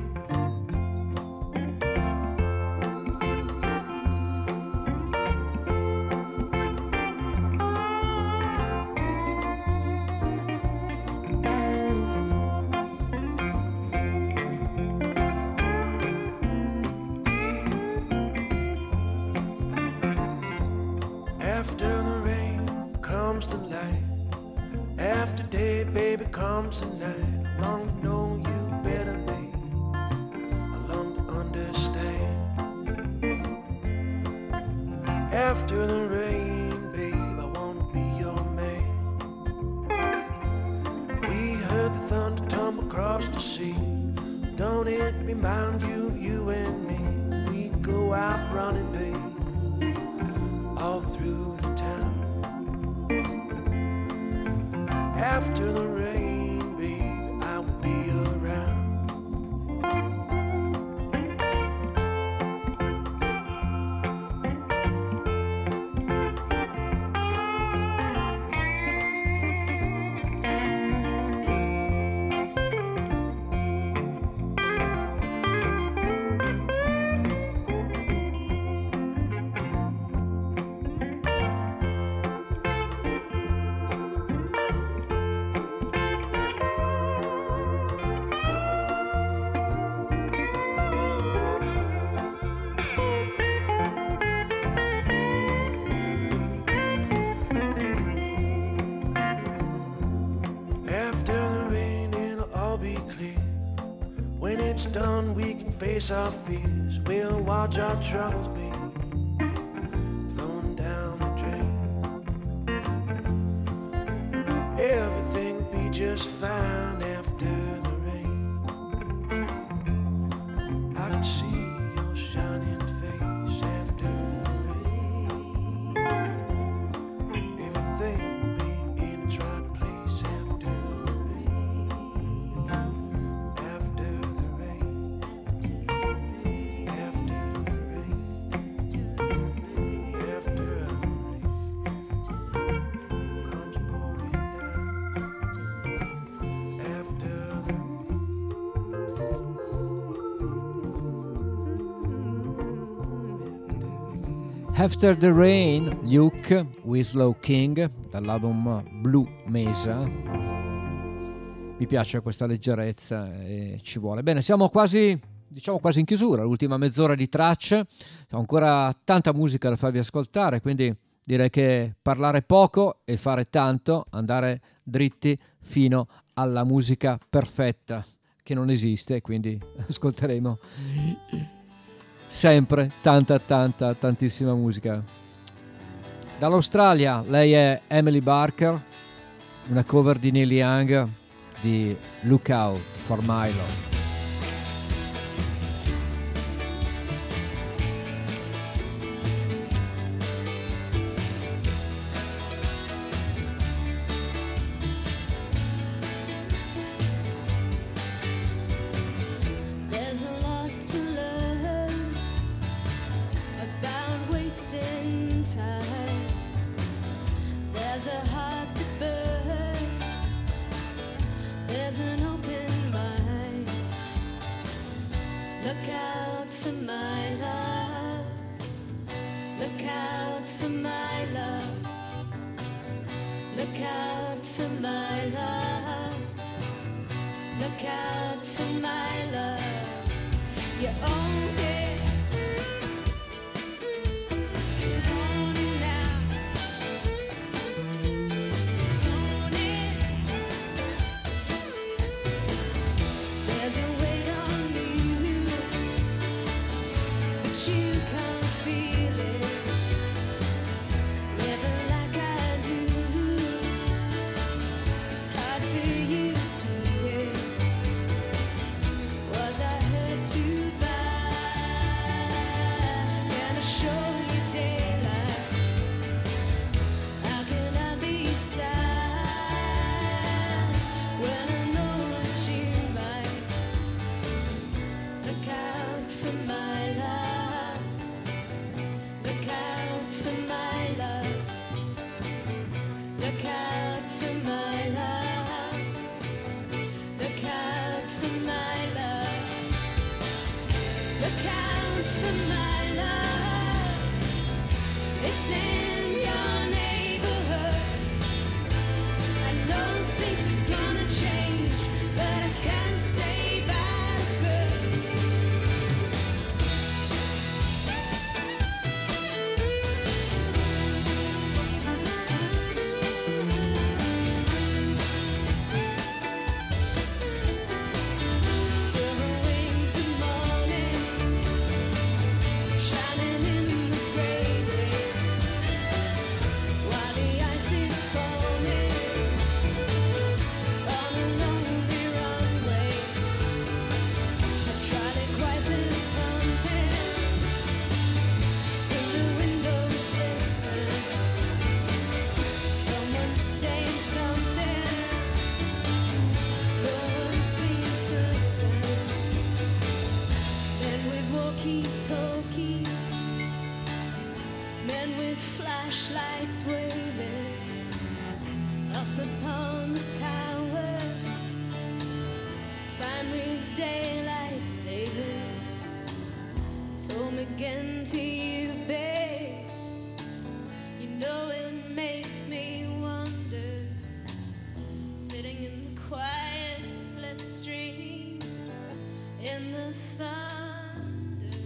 Speaker 6: After the rain comes the light. After day, baby, comes the night. I long to know you better, babe. I long to understand. After the rain, babe, I wanna be your man. We heard the thunder tumble across the sea. Don't it remind you, you and me? We go out running, babe, all through the town. After the rain, baby, I will be around. Done, we can face our fears. We'll watch our troubles be flowing down the drain. Everything will be just fine after the rain. I can see your shining face after the rain. Everything will be in its right place after the rain. After the rain.
Speaker 1: After the Rain, Luke Winslow King, dall'album Blue Mesa. Mi piace questa leggerezza e ci vuole. Bene, siamo quasi, diciamo quasi in chiusura, l'ultima mezz'ora di tracce. Ho ancora tanta musica da farvi ascoltare, quindi direi che parlare poco e fare tanto, andare dritti fino alla musica perfetta, che non esiste, quindi ascolteremo sempre tantissima musica. Dall'Australia lei è Emily Barker, una cover di Neil Young di Look Out for My Love.
Speaker 10: There's a lot to learn about wasting time. There's a heart that burns. There's an open mind. Look out for my love. Look out for my love. Look out for my love. Look out for my love. You own it. You own it now. Own it. There's a weight on you, but you can't feel it. Living like I do, it's hard for you to see it. Was I hurt too bad? Can I show you daylight? How can I be sad when I know that you might? Look out for my love. Look out for my love. Look out for my love. Look out for my love. Look out for my love. It's in your neighborhood. I know things are gonna change, but I can't say that good. Silver wings of morning, shining in the gray, while the ice is forming on a lonely runway. I try to quiet this pumping, and the windows glisten. Someone's saying something, no one seems to listen. Men with walkie-talkies, men with flashlights waving up upon the tower. Time reads daylight saving. It's home again to you, babe. You know it makes me wonder, sitting in the quiet slipstream in the thunder.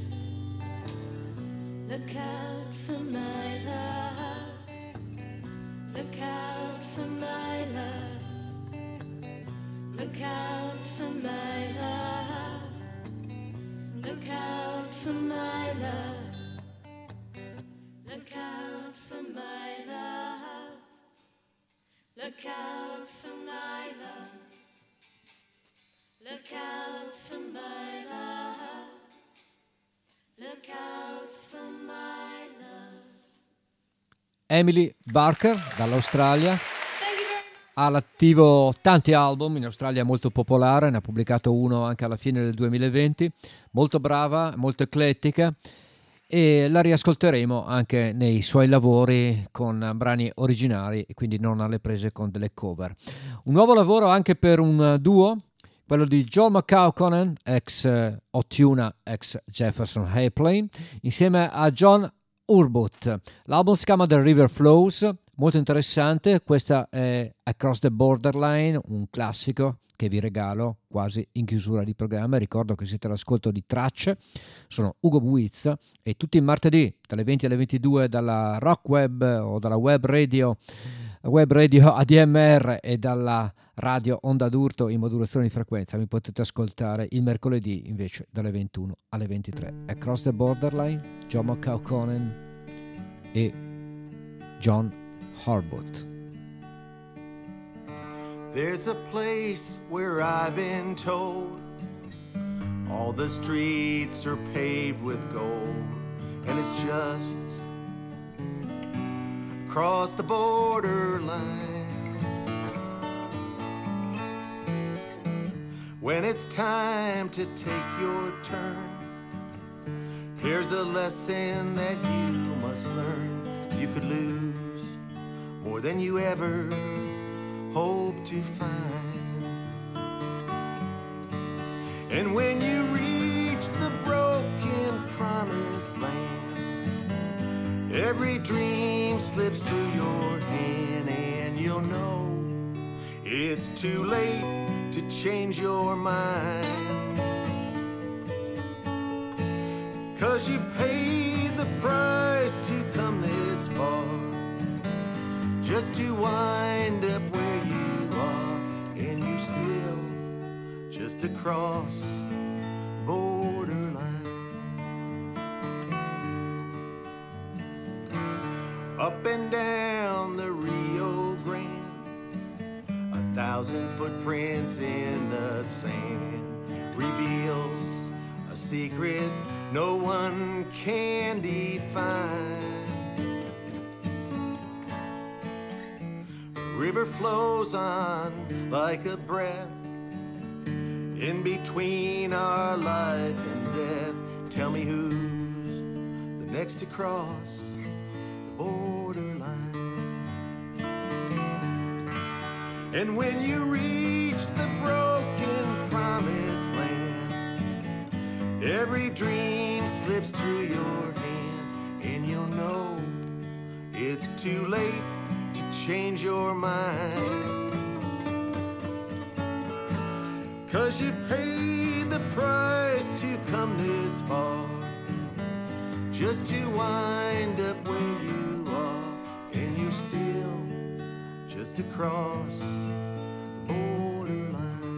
Speaker 10: Look out for my love. Look out for my love. Look out for my love. Look out for my love. Look out for my love. Look out for my love. Look out for my love. Look out for my love.
Speaker 1: Emily Barker dall'Australia. Ha all'attivo tanti album, in Australia è molto popolare, ne ha pubblicato uno anche alla fine del 2020, molto brava, molto eclettica, e la riascolteremo anche nei suoi lavori con brani originali e quindi non alle prese con delle cover. Un nuovo lavoro anche per un duo, quello di Joel McCauconen, ex Otuna, ex Jefferson Airplane, insieme a John Urbot. L'album si chiama The River Flows, molto interessante. Questa è Across the Borderline, un classico che vi regalo quasi in chiusura di programma. Ricordo che siete all'ascolto di Tracce, sono Ugo Buizza e tutti i martedì dalle 20 alle 22 dalla Rock Web o dalla web radio ADMR e dalla radio Onda d'Urto in modulazione di frequenza mi potete ascoltare il mercoledì invece dalle 21 alle 23. Across the Borderline, John McCauconen e John Harbot.
Speaker 11: There's a place where I've been told all the streets are paved with gold, and it's just across the borderline. When it's time to take your turn, here's a lesson that you must learn. You could lose more than you ever hope to find. And when you reach the broken promised land, every dream slips through your hand, and you'll know it's too late to change your mind. 'Cause you paid the price to come this far, just to wind up where you are, and you still just across the borderline. Up and down the Rio Grande, 1,000 footprints in the sand reveals a secret no one can define. River flows on like a breath in between our life and death. Tell me who's the next to cross the borderline. And when you reach the broken promised land, every dream slips through your hand, and you'll know it's too late to change your mind. 'Cause you paid the price to come this far, just to wind up where you are, and you're still just across the borderline.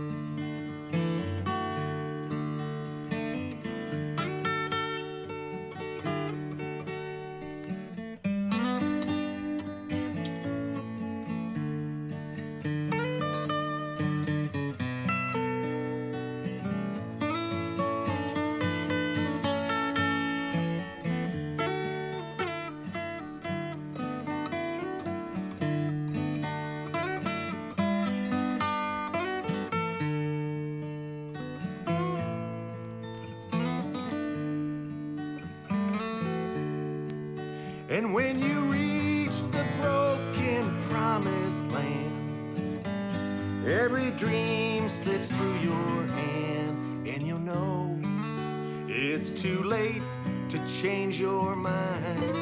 Speaker 11: And when you reach the broken promised land, every dream slips through your hand, and you'll know it's too late to change your mind.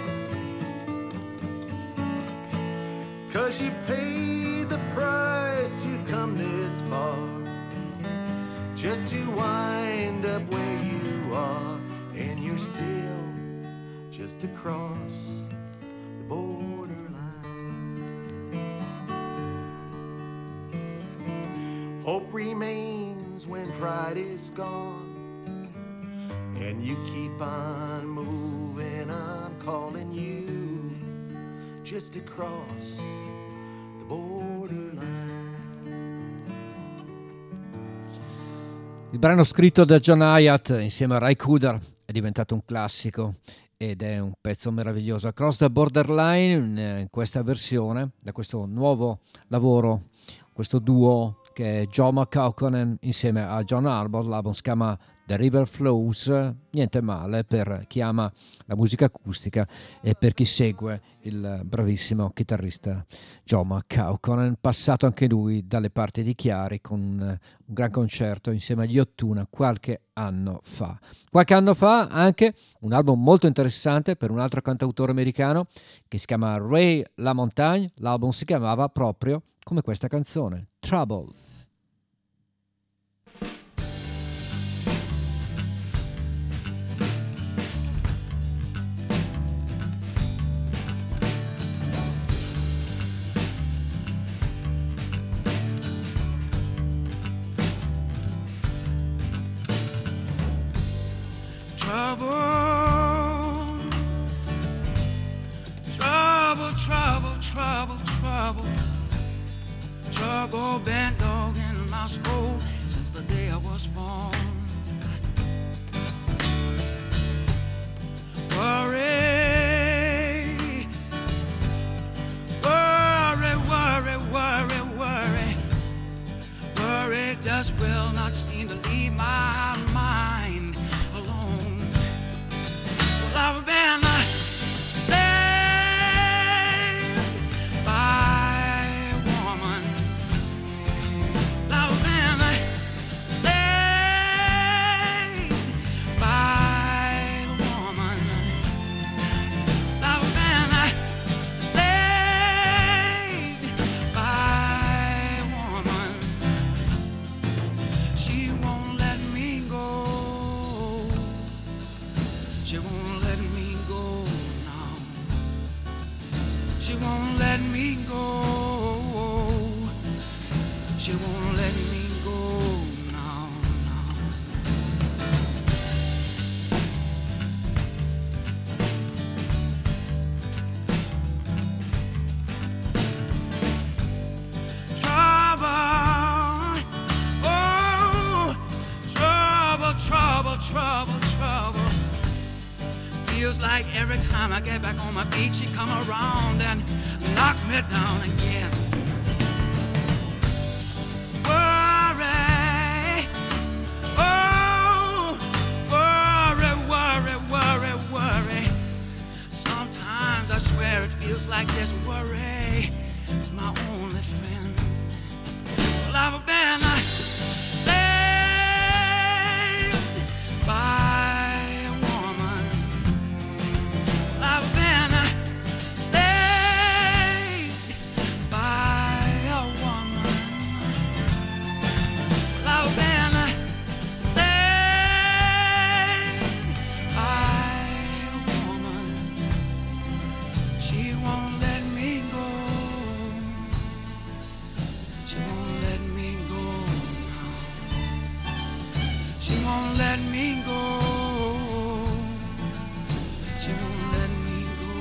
Speaker 11: 'Cause you paid the price to come this far, just to wind up where you are, and you're still just across the borderline. Hope remains when pride is gone, and you keep on moving. I'm calling you just across the borderline.
Speaker 1: Il brano scritto da John Hiatt insieme a Ry Cooder è diventato un classico ed è un pezzo meraviglioso. Across the Borderline, in questa versione, da questo nuovo lavoro, questo duo che è John McCauconen insieme a John Harbot. L'album si chiama The River Flows, niente male per chi ama la musica acustica e per chi segue il bravissimo chitarrista Joe McCauconen, passato anche lui dalle parti di Chiari con un gran concerto insieme agli Ottuna qualche anno fa. Qualche anno fa anche un album molto interessante per un altro cantautore americano che si chiama Ray LaMontagne. L'album si chiamava proprio come questa canzone, Trouble.
Speaker 5: Trouble, trouble, trouble, trouble, trouble. Trouble been dogging my soul since the day I was born. Worry, worry, worry, worry, worry. Worry just will not seem to leave my mind alone. Well, I've been saved by a woman. I've been saved by a woman. I've been saved by a woman. She won't let me go. She won't let me go now. She won't let me go. She won't let me go now, now. Trouble, oh, trouble, trouble, trouble, trouble. Feels like every time I get back on my feet, she come around and knock me down again. Worry, oh, worry, worry, worry, worry. Sometimes I swear it feels like this worry is my only friend. Well, I've been saved by a woman. I've been saved by a woman. I've been saved by a woman. She won't let me go. She won't let me go now. She won't let me go. She won't let me go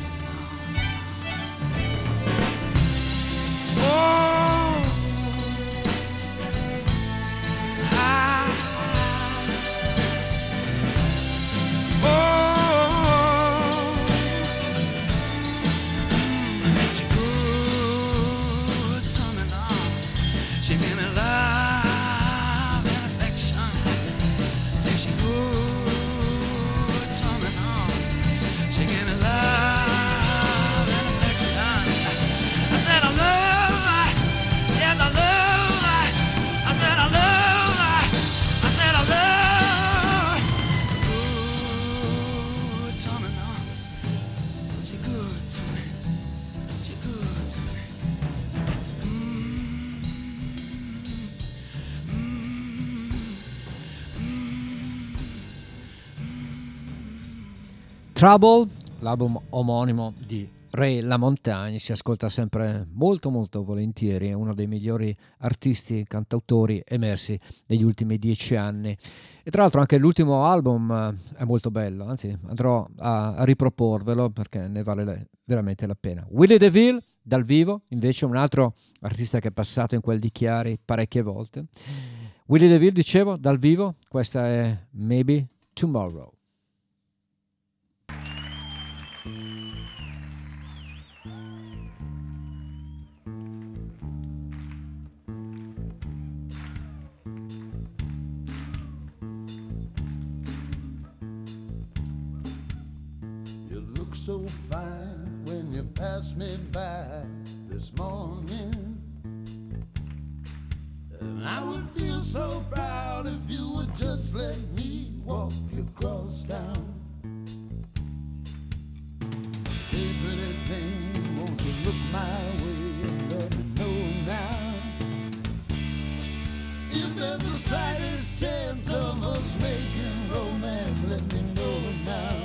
Speaker 5: now. Oh, she good to me now. She give me love and affection. Say she good to me now. She give me love and affection. I said I love her. Yes, I love her. I said I love her. I said I love her. She good to me now. She good to me. She good to me.
Speaker 1: Trouble, l'album omonimo di Ray LaMontagne, si ascolta sempre molto molto volentieri, è uno dei migliori artisti, cantautori emersi negli ultimi 10 anni. E tra l'altro anche l'ultimo album è molto bello, anzi andrò a riproporvelo perché ne vale veramente la pena. Willie DeVille dal vivo, invece un altro artista che è passato in quel di Chiari parecchie volte. Willie DeVille, dicevo, dal vivo, questa è Maybe Tomorrow.
Speaker 12: so fine when you passed me by this morning. And I would feel so proud if you would just let me walk across town. Hey, pretty thing, won't you look my way and let me know now? If there's the slightest chance of us making romance, let me know now.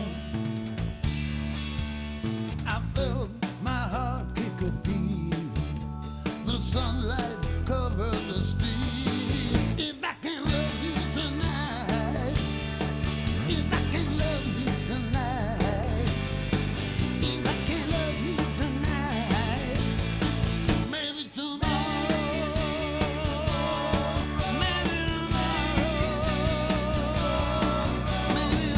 Speaker 12: I felt my heart kick a beat. The sunlight covered the street. If I can love you tonight, if I can love you tonight, if I can love you tonight, maybe tomorrow, maybe tomorrow, maybe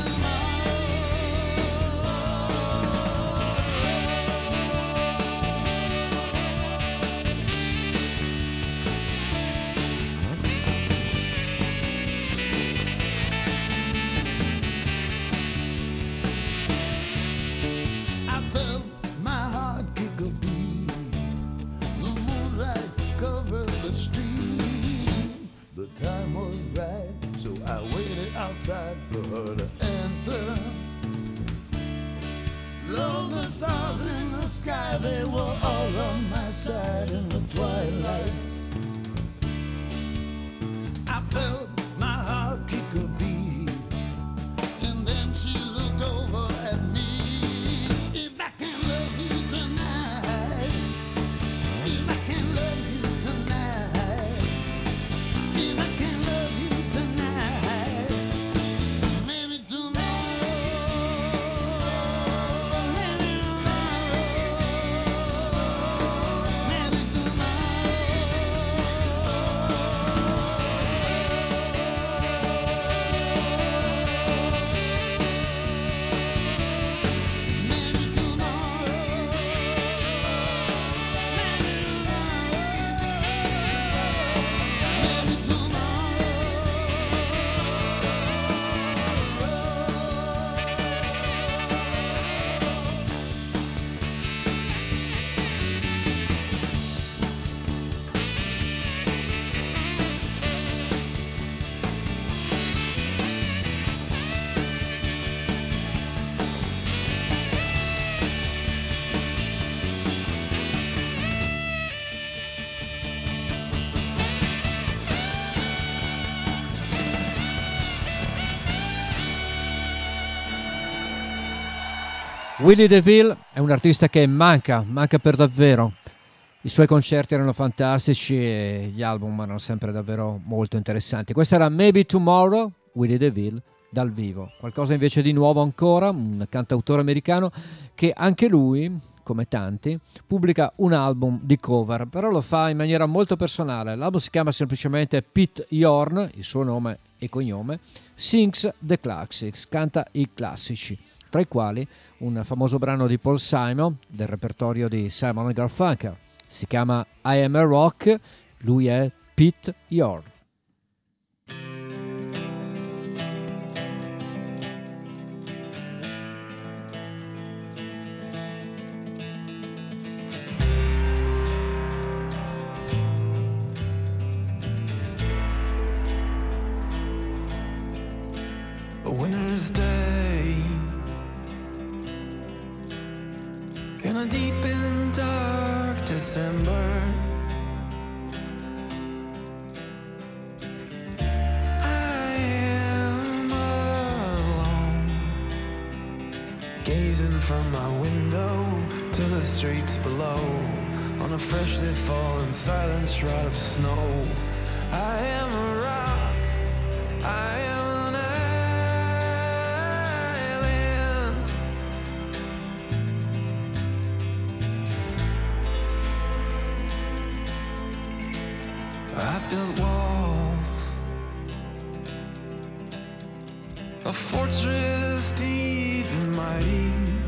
Speaker 12: I felt my heart kick a beat. The moonlight covered the street. The time was right, so I waited outside for her to answer. Though the stars in the sky, they were all on my side in the twilight. I felt my heart kick a beat, and then she looked over at me. If I can love you tonight, if I can love you tonight, if I can love you tonight, maybe tomorrow, maybe tomorrow, maybe
Speaker 1: Willie DeVille è un artista che manca per davvero. I suoi concerti erano fantastici e gli album erano sempre davvero molto interessanti. Questa era Maybe Tomorrow, Willie DeVille dal vivo. Qualcosa invece di nuovo ancora, un cantautore americano che anche lui, come tanti, pubblica un album di cover, però lo fa in maniera molto personale. L'album si chiama semplicemente Pete Yorn, il suo nome e cognome, Sings the Classics, canta i classici, tra i quali un famoso brano di Paul Simon del repertorio di Simon & Garfunkel. Si chiama I Am a Rock, lui è Pete Yorn.
Speaker 13: A winter's day in a deep and dark December, I am alone, gazing from my window to the streets below, on a freshly fallen silent shroud of snow. I am a rock, I am an island. I built walls, a fortress deep and mighty,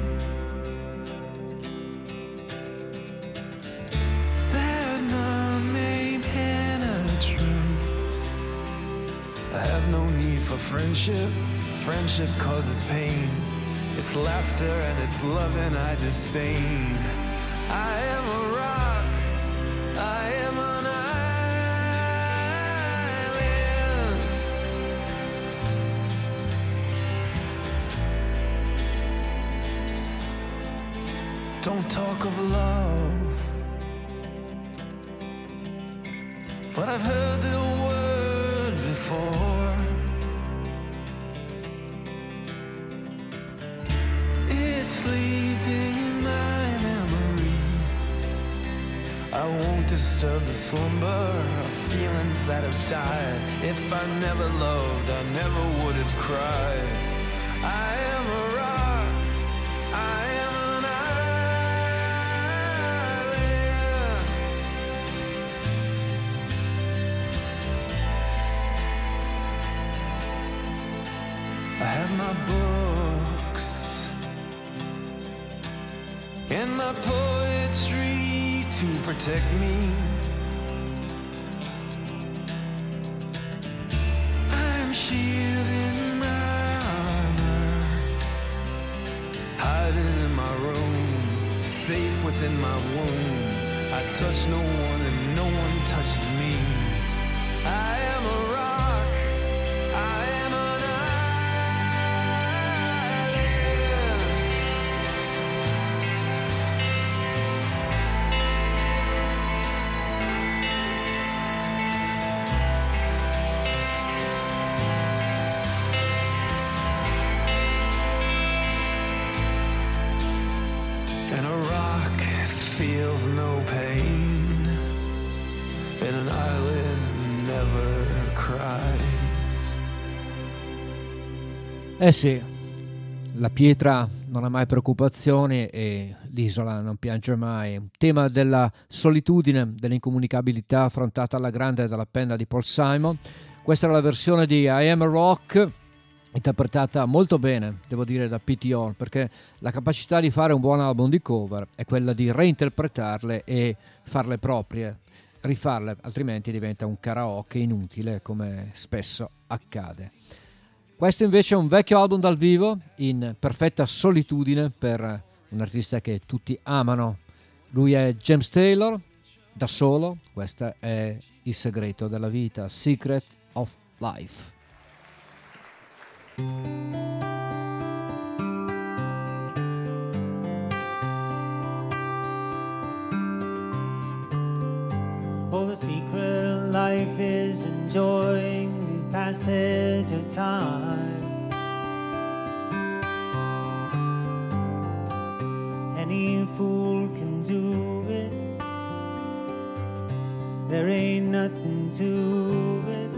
Speaker 13: that none may penetrate. I have no need for friendship, friendship causes pain. It It's laughter and it's loving I disdain. I am a rock, I am an island. Don't talk of love, but I've heard the word before. It's sleeping in my memory. I won't disturb the slumber of feelings that have died. If I never loved, I never would have cried. I am a rock, I am an island. I have my books and my poetry to protect me. I'm shielding my armor, hiding in my room, safe within my womb. I touch no one and no one touches me. I am a rock, I am an island. And a rock feels no pain, and an island never cries.
Speaker 1: Eh sì, la pietra non ha mai preoccupazioni e l'isola non piange mai. Un tema della solitudine, dell'incomunicabilità affrontata alla grande dalla penna di Paul Simon. Questa era la versione di I Am a Rock, interpretata molto bene, devo dire, da Pete Hall, perché la capacità di fare un buon album di cover è quella di reinterpretarle e farle proprie, rifarle, altrimenti diventa un karaoke inutile, come spesso accade. Questo invece è un vecchio album dal vivo, in perfetta solitudine, per un artista che tutti amano. Lui è James Taylor, da solo. Questo è il segreto della vita, Secret of Life.
Speaker 6: Oh, the secret of life is enjoying the passage of time. Any fool can do it. There ain't nothing to it.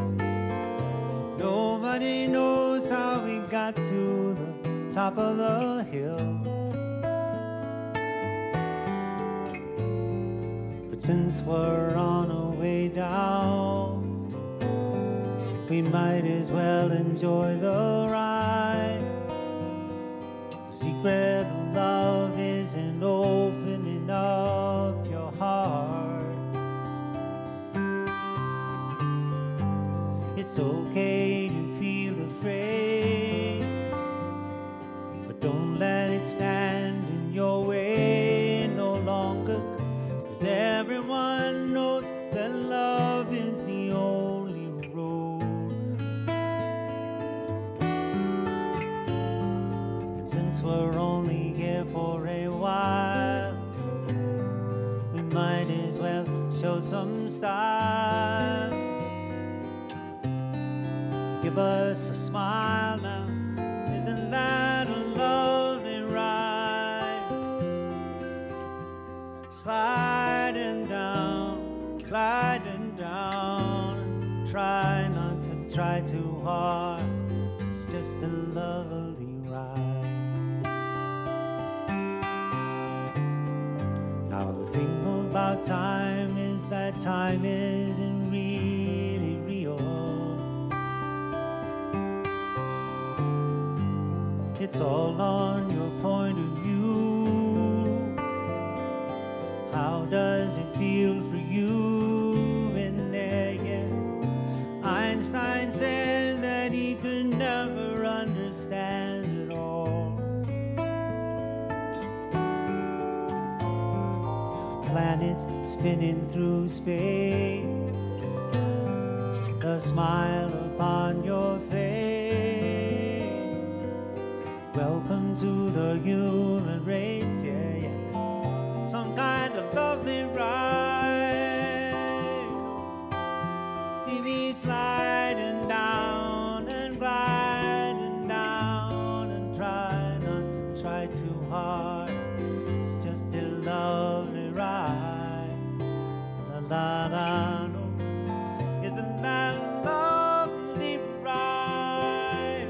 Speaker 6: Nobody knows how we got to the top of the hill. But since we're on our way down, we might as well enjoy the ride. The secret of love is in opening up your heart. It's okay to feel afraid, but don't let it stand in your way no longer. 'Cause everyone knows that love is the only road. And since we're only here for a while, we might as well show some style. Give us a smile now, isn't that a lovely ride? Sliding down, gliding down. Try not to try too hard, it's just a lovely ride. Now the thing about time is that time isn't really real. It's all on your point of view. How does it feel for you in there? Yeah. Einstein said that he could never understand it all.
Speaker 14: planets spinning through space, the smile upon your face. Welcome to the human race, yeah, yeah. Some kind of lovely ride. See me sliding down and gliding down, and try not to try too hard. It's just a lovely ride. La la la, no. Isn't that a lovely ride?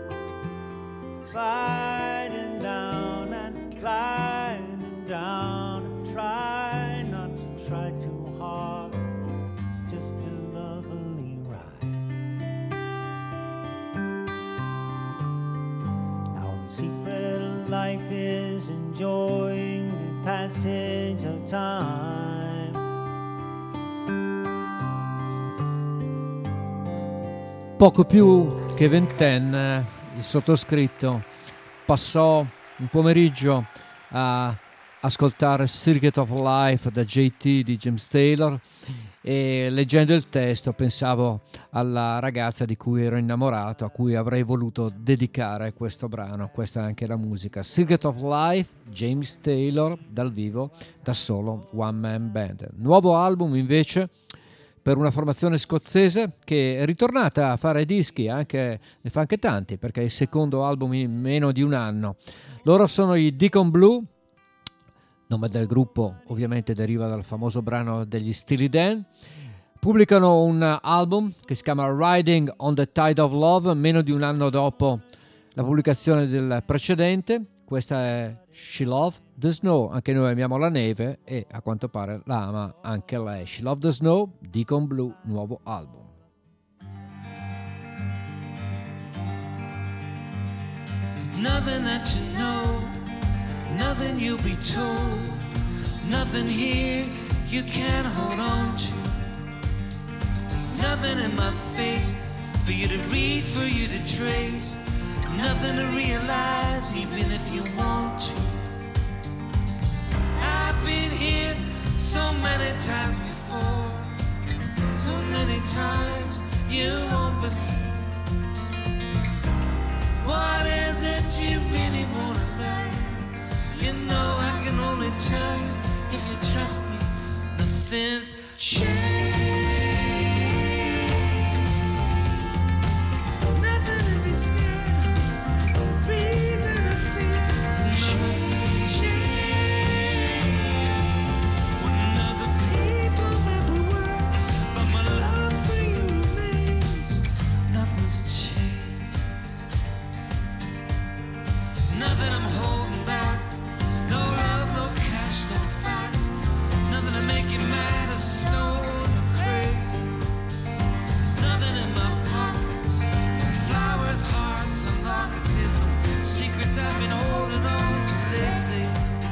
Speaker 14: Sliding down and gliding down, and try not to try too hard. It's just a lovely ride. Now the secret of life is enjoying the passage of time.
Speaker 1: Poco più che ventenne, il sottoscritto passò un pomeriggio a ascoltare Circuit of Life da JT di James Taylor, e leggendo il testo pensavo alla ragazza di cui ero innamorato, a cui avrei voluto dedicare questo brano. Questa è anche la musica. Circuit of Life, James Taylor dal vivo, da solo one man band. Nuovo album invece per una formazione scozzese che è ritornata a fare dischi, ne fa anche tanti, perché è il secondo album in meno di un anno. Loro sono i Deacon Blue, nome del gruppo ovviamente deriva dal famoso brano degli Steely Dan. Pubblicano un album che si chiama Riding on the Tide of Love, meno di un anno dopo la pubblicazione del precedente. Questa è She Loved the Snow, anche noi amiamo la neve e a quanto pare la ama anche lei. She Loved the Snow, Deacon Blue, nuovo album.
Speaker 9: There's nothing that you know, nothing you'll be told, nothing here you can't hold on to. There's nothing in my face for you to read, for you to trace, nothing to realize even if you want to. I've been here so many times before, so many times you won't believe. What is it you really want to learn? You know I can only tell you if you trust me. Nothing's changed. Nothing to be scared of. Reason to fear. Nothing's changed. We're not the people that we were, but my love for you remains. Nothing's changed. Nothing I'm holding back. No love, no cash, no facts. Nothing to make you mad or stone or crazy. There's nothing in my pockets. No flowers, hearts, or lockets. There's no secrets I've been holding on to lately.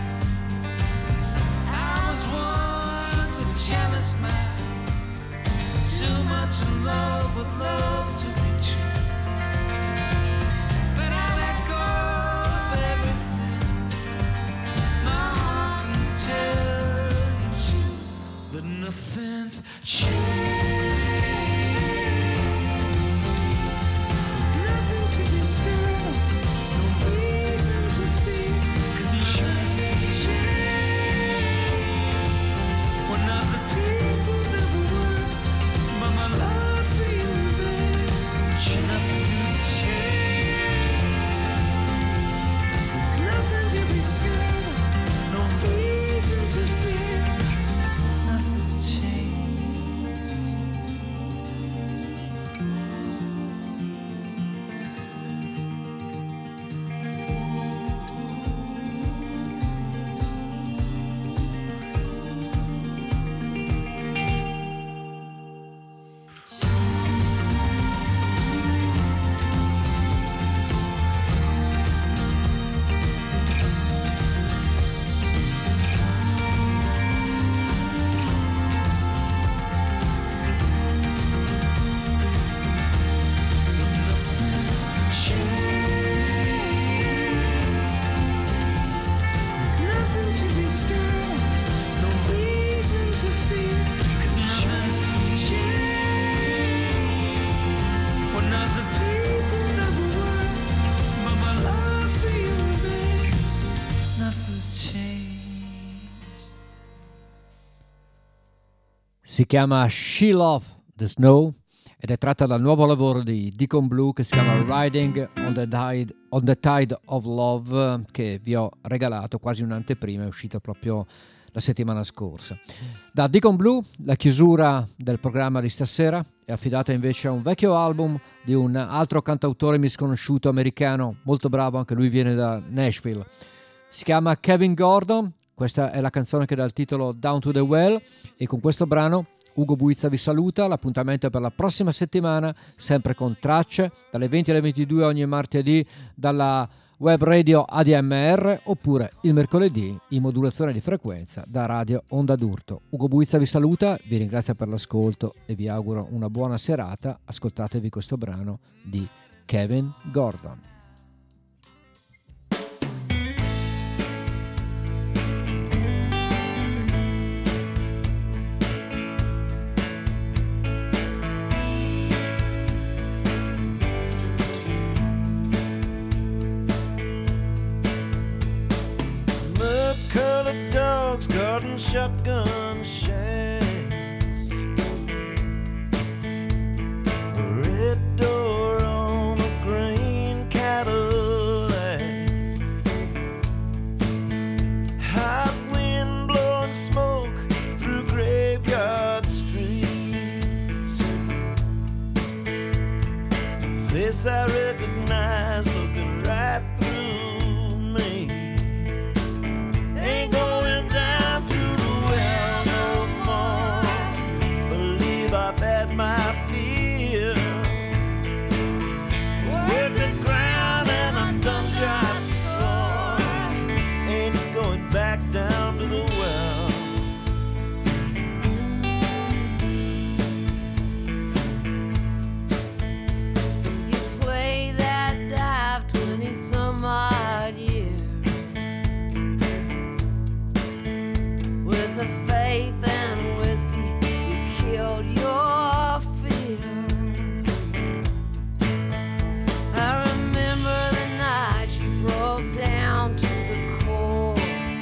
Speaker 9: I was once a jealous man. Too much in love with love to be true. But I let go of everything. My heart can tell you too that nothing's changed. There's nothing to be scared of, no reason to fear, 'cause nothing's changed. We're not the people that we were, but my love for you remains. Nothing's changed. There's nothing to be scared of, no reason to fear. Nothing's changed.
Speaker 1: Si chiama She Love the Snow ed è tratta dal nuovo lavoro di Deacon Blue che si chiama Riding on the Tide of Love, che vi ho regalato quasi un'anteprima, è uscito proprio la settimana scorsa. Da Deacon Blue la chiusura del programma di stasera è affidata invece a un vecchio album di un altro cantautore misconosciuto americano, molto bravo, anche lui viene da Nashville. Si chiama Kevin Gordon, questa è la canzone che dà il titolo Down to the Well, e con questo brano Ugo Buizza vi saluta. L'appuntamento è per la prossima settimana, sempre con tracce, dalle 20 alle 22 ogni martedì dalla web radio ADMR, oppure il mercoledì in modulazione di frequenza da Radio Onda d'Urto. Ugo Buizza vi saluta, vi ringrazio per l'ascolto e vi auguro una buona serata. Ascoltatevi questo brano di Kevin Gordon.
Speaker 6: Colored dogs guarding shotgun shacks, a red door on a green Cadillac, hot wind blowing smoke through graveyard streets, a face I recognize looking right through me. Ain't going down to the well no more. Believe I've had my fill. Work the ground and I'm done got sore. Ain't going back down to the well.
Speaker 10: You play that dive 20 some odd years with the faith and whiskey you killed your fear. I remember the night you broke down to the core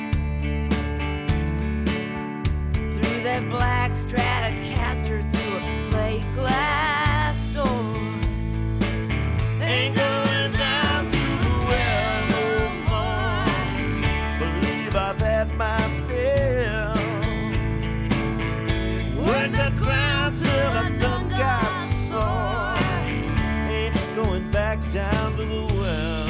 Speaker 10: through that black Stratocaster through a plate glass door. Ain't going down to the well no more.
Speaker 6: Believe I've had my fill. Work the ground till I done got sore. Ain't going back down to the well.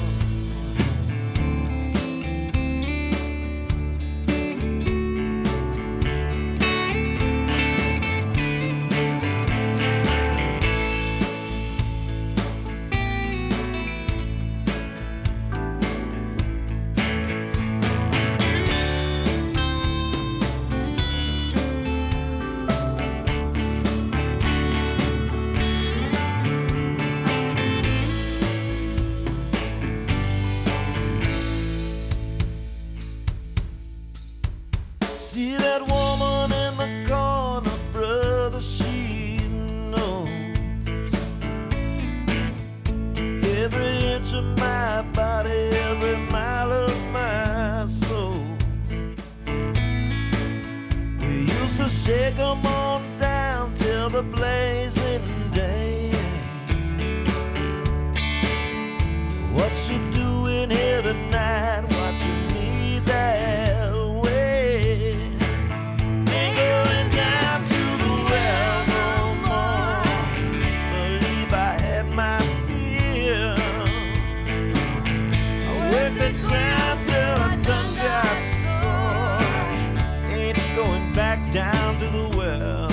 Speaker 6: See that woman in the corner, brother, she knows every inch of my body, every mile of my soul. We used to shake 'em on down till the blazing day. What she doing here tonight, watching me that way? Ain't going down to the well no more. Believe I had my fill. I worked the ground till I done got sore. Ain't going back down to the well.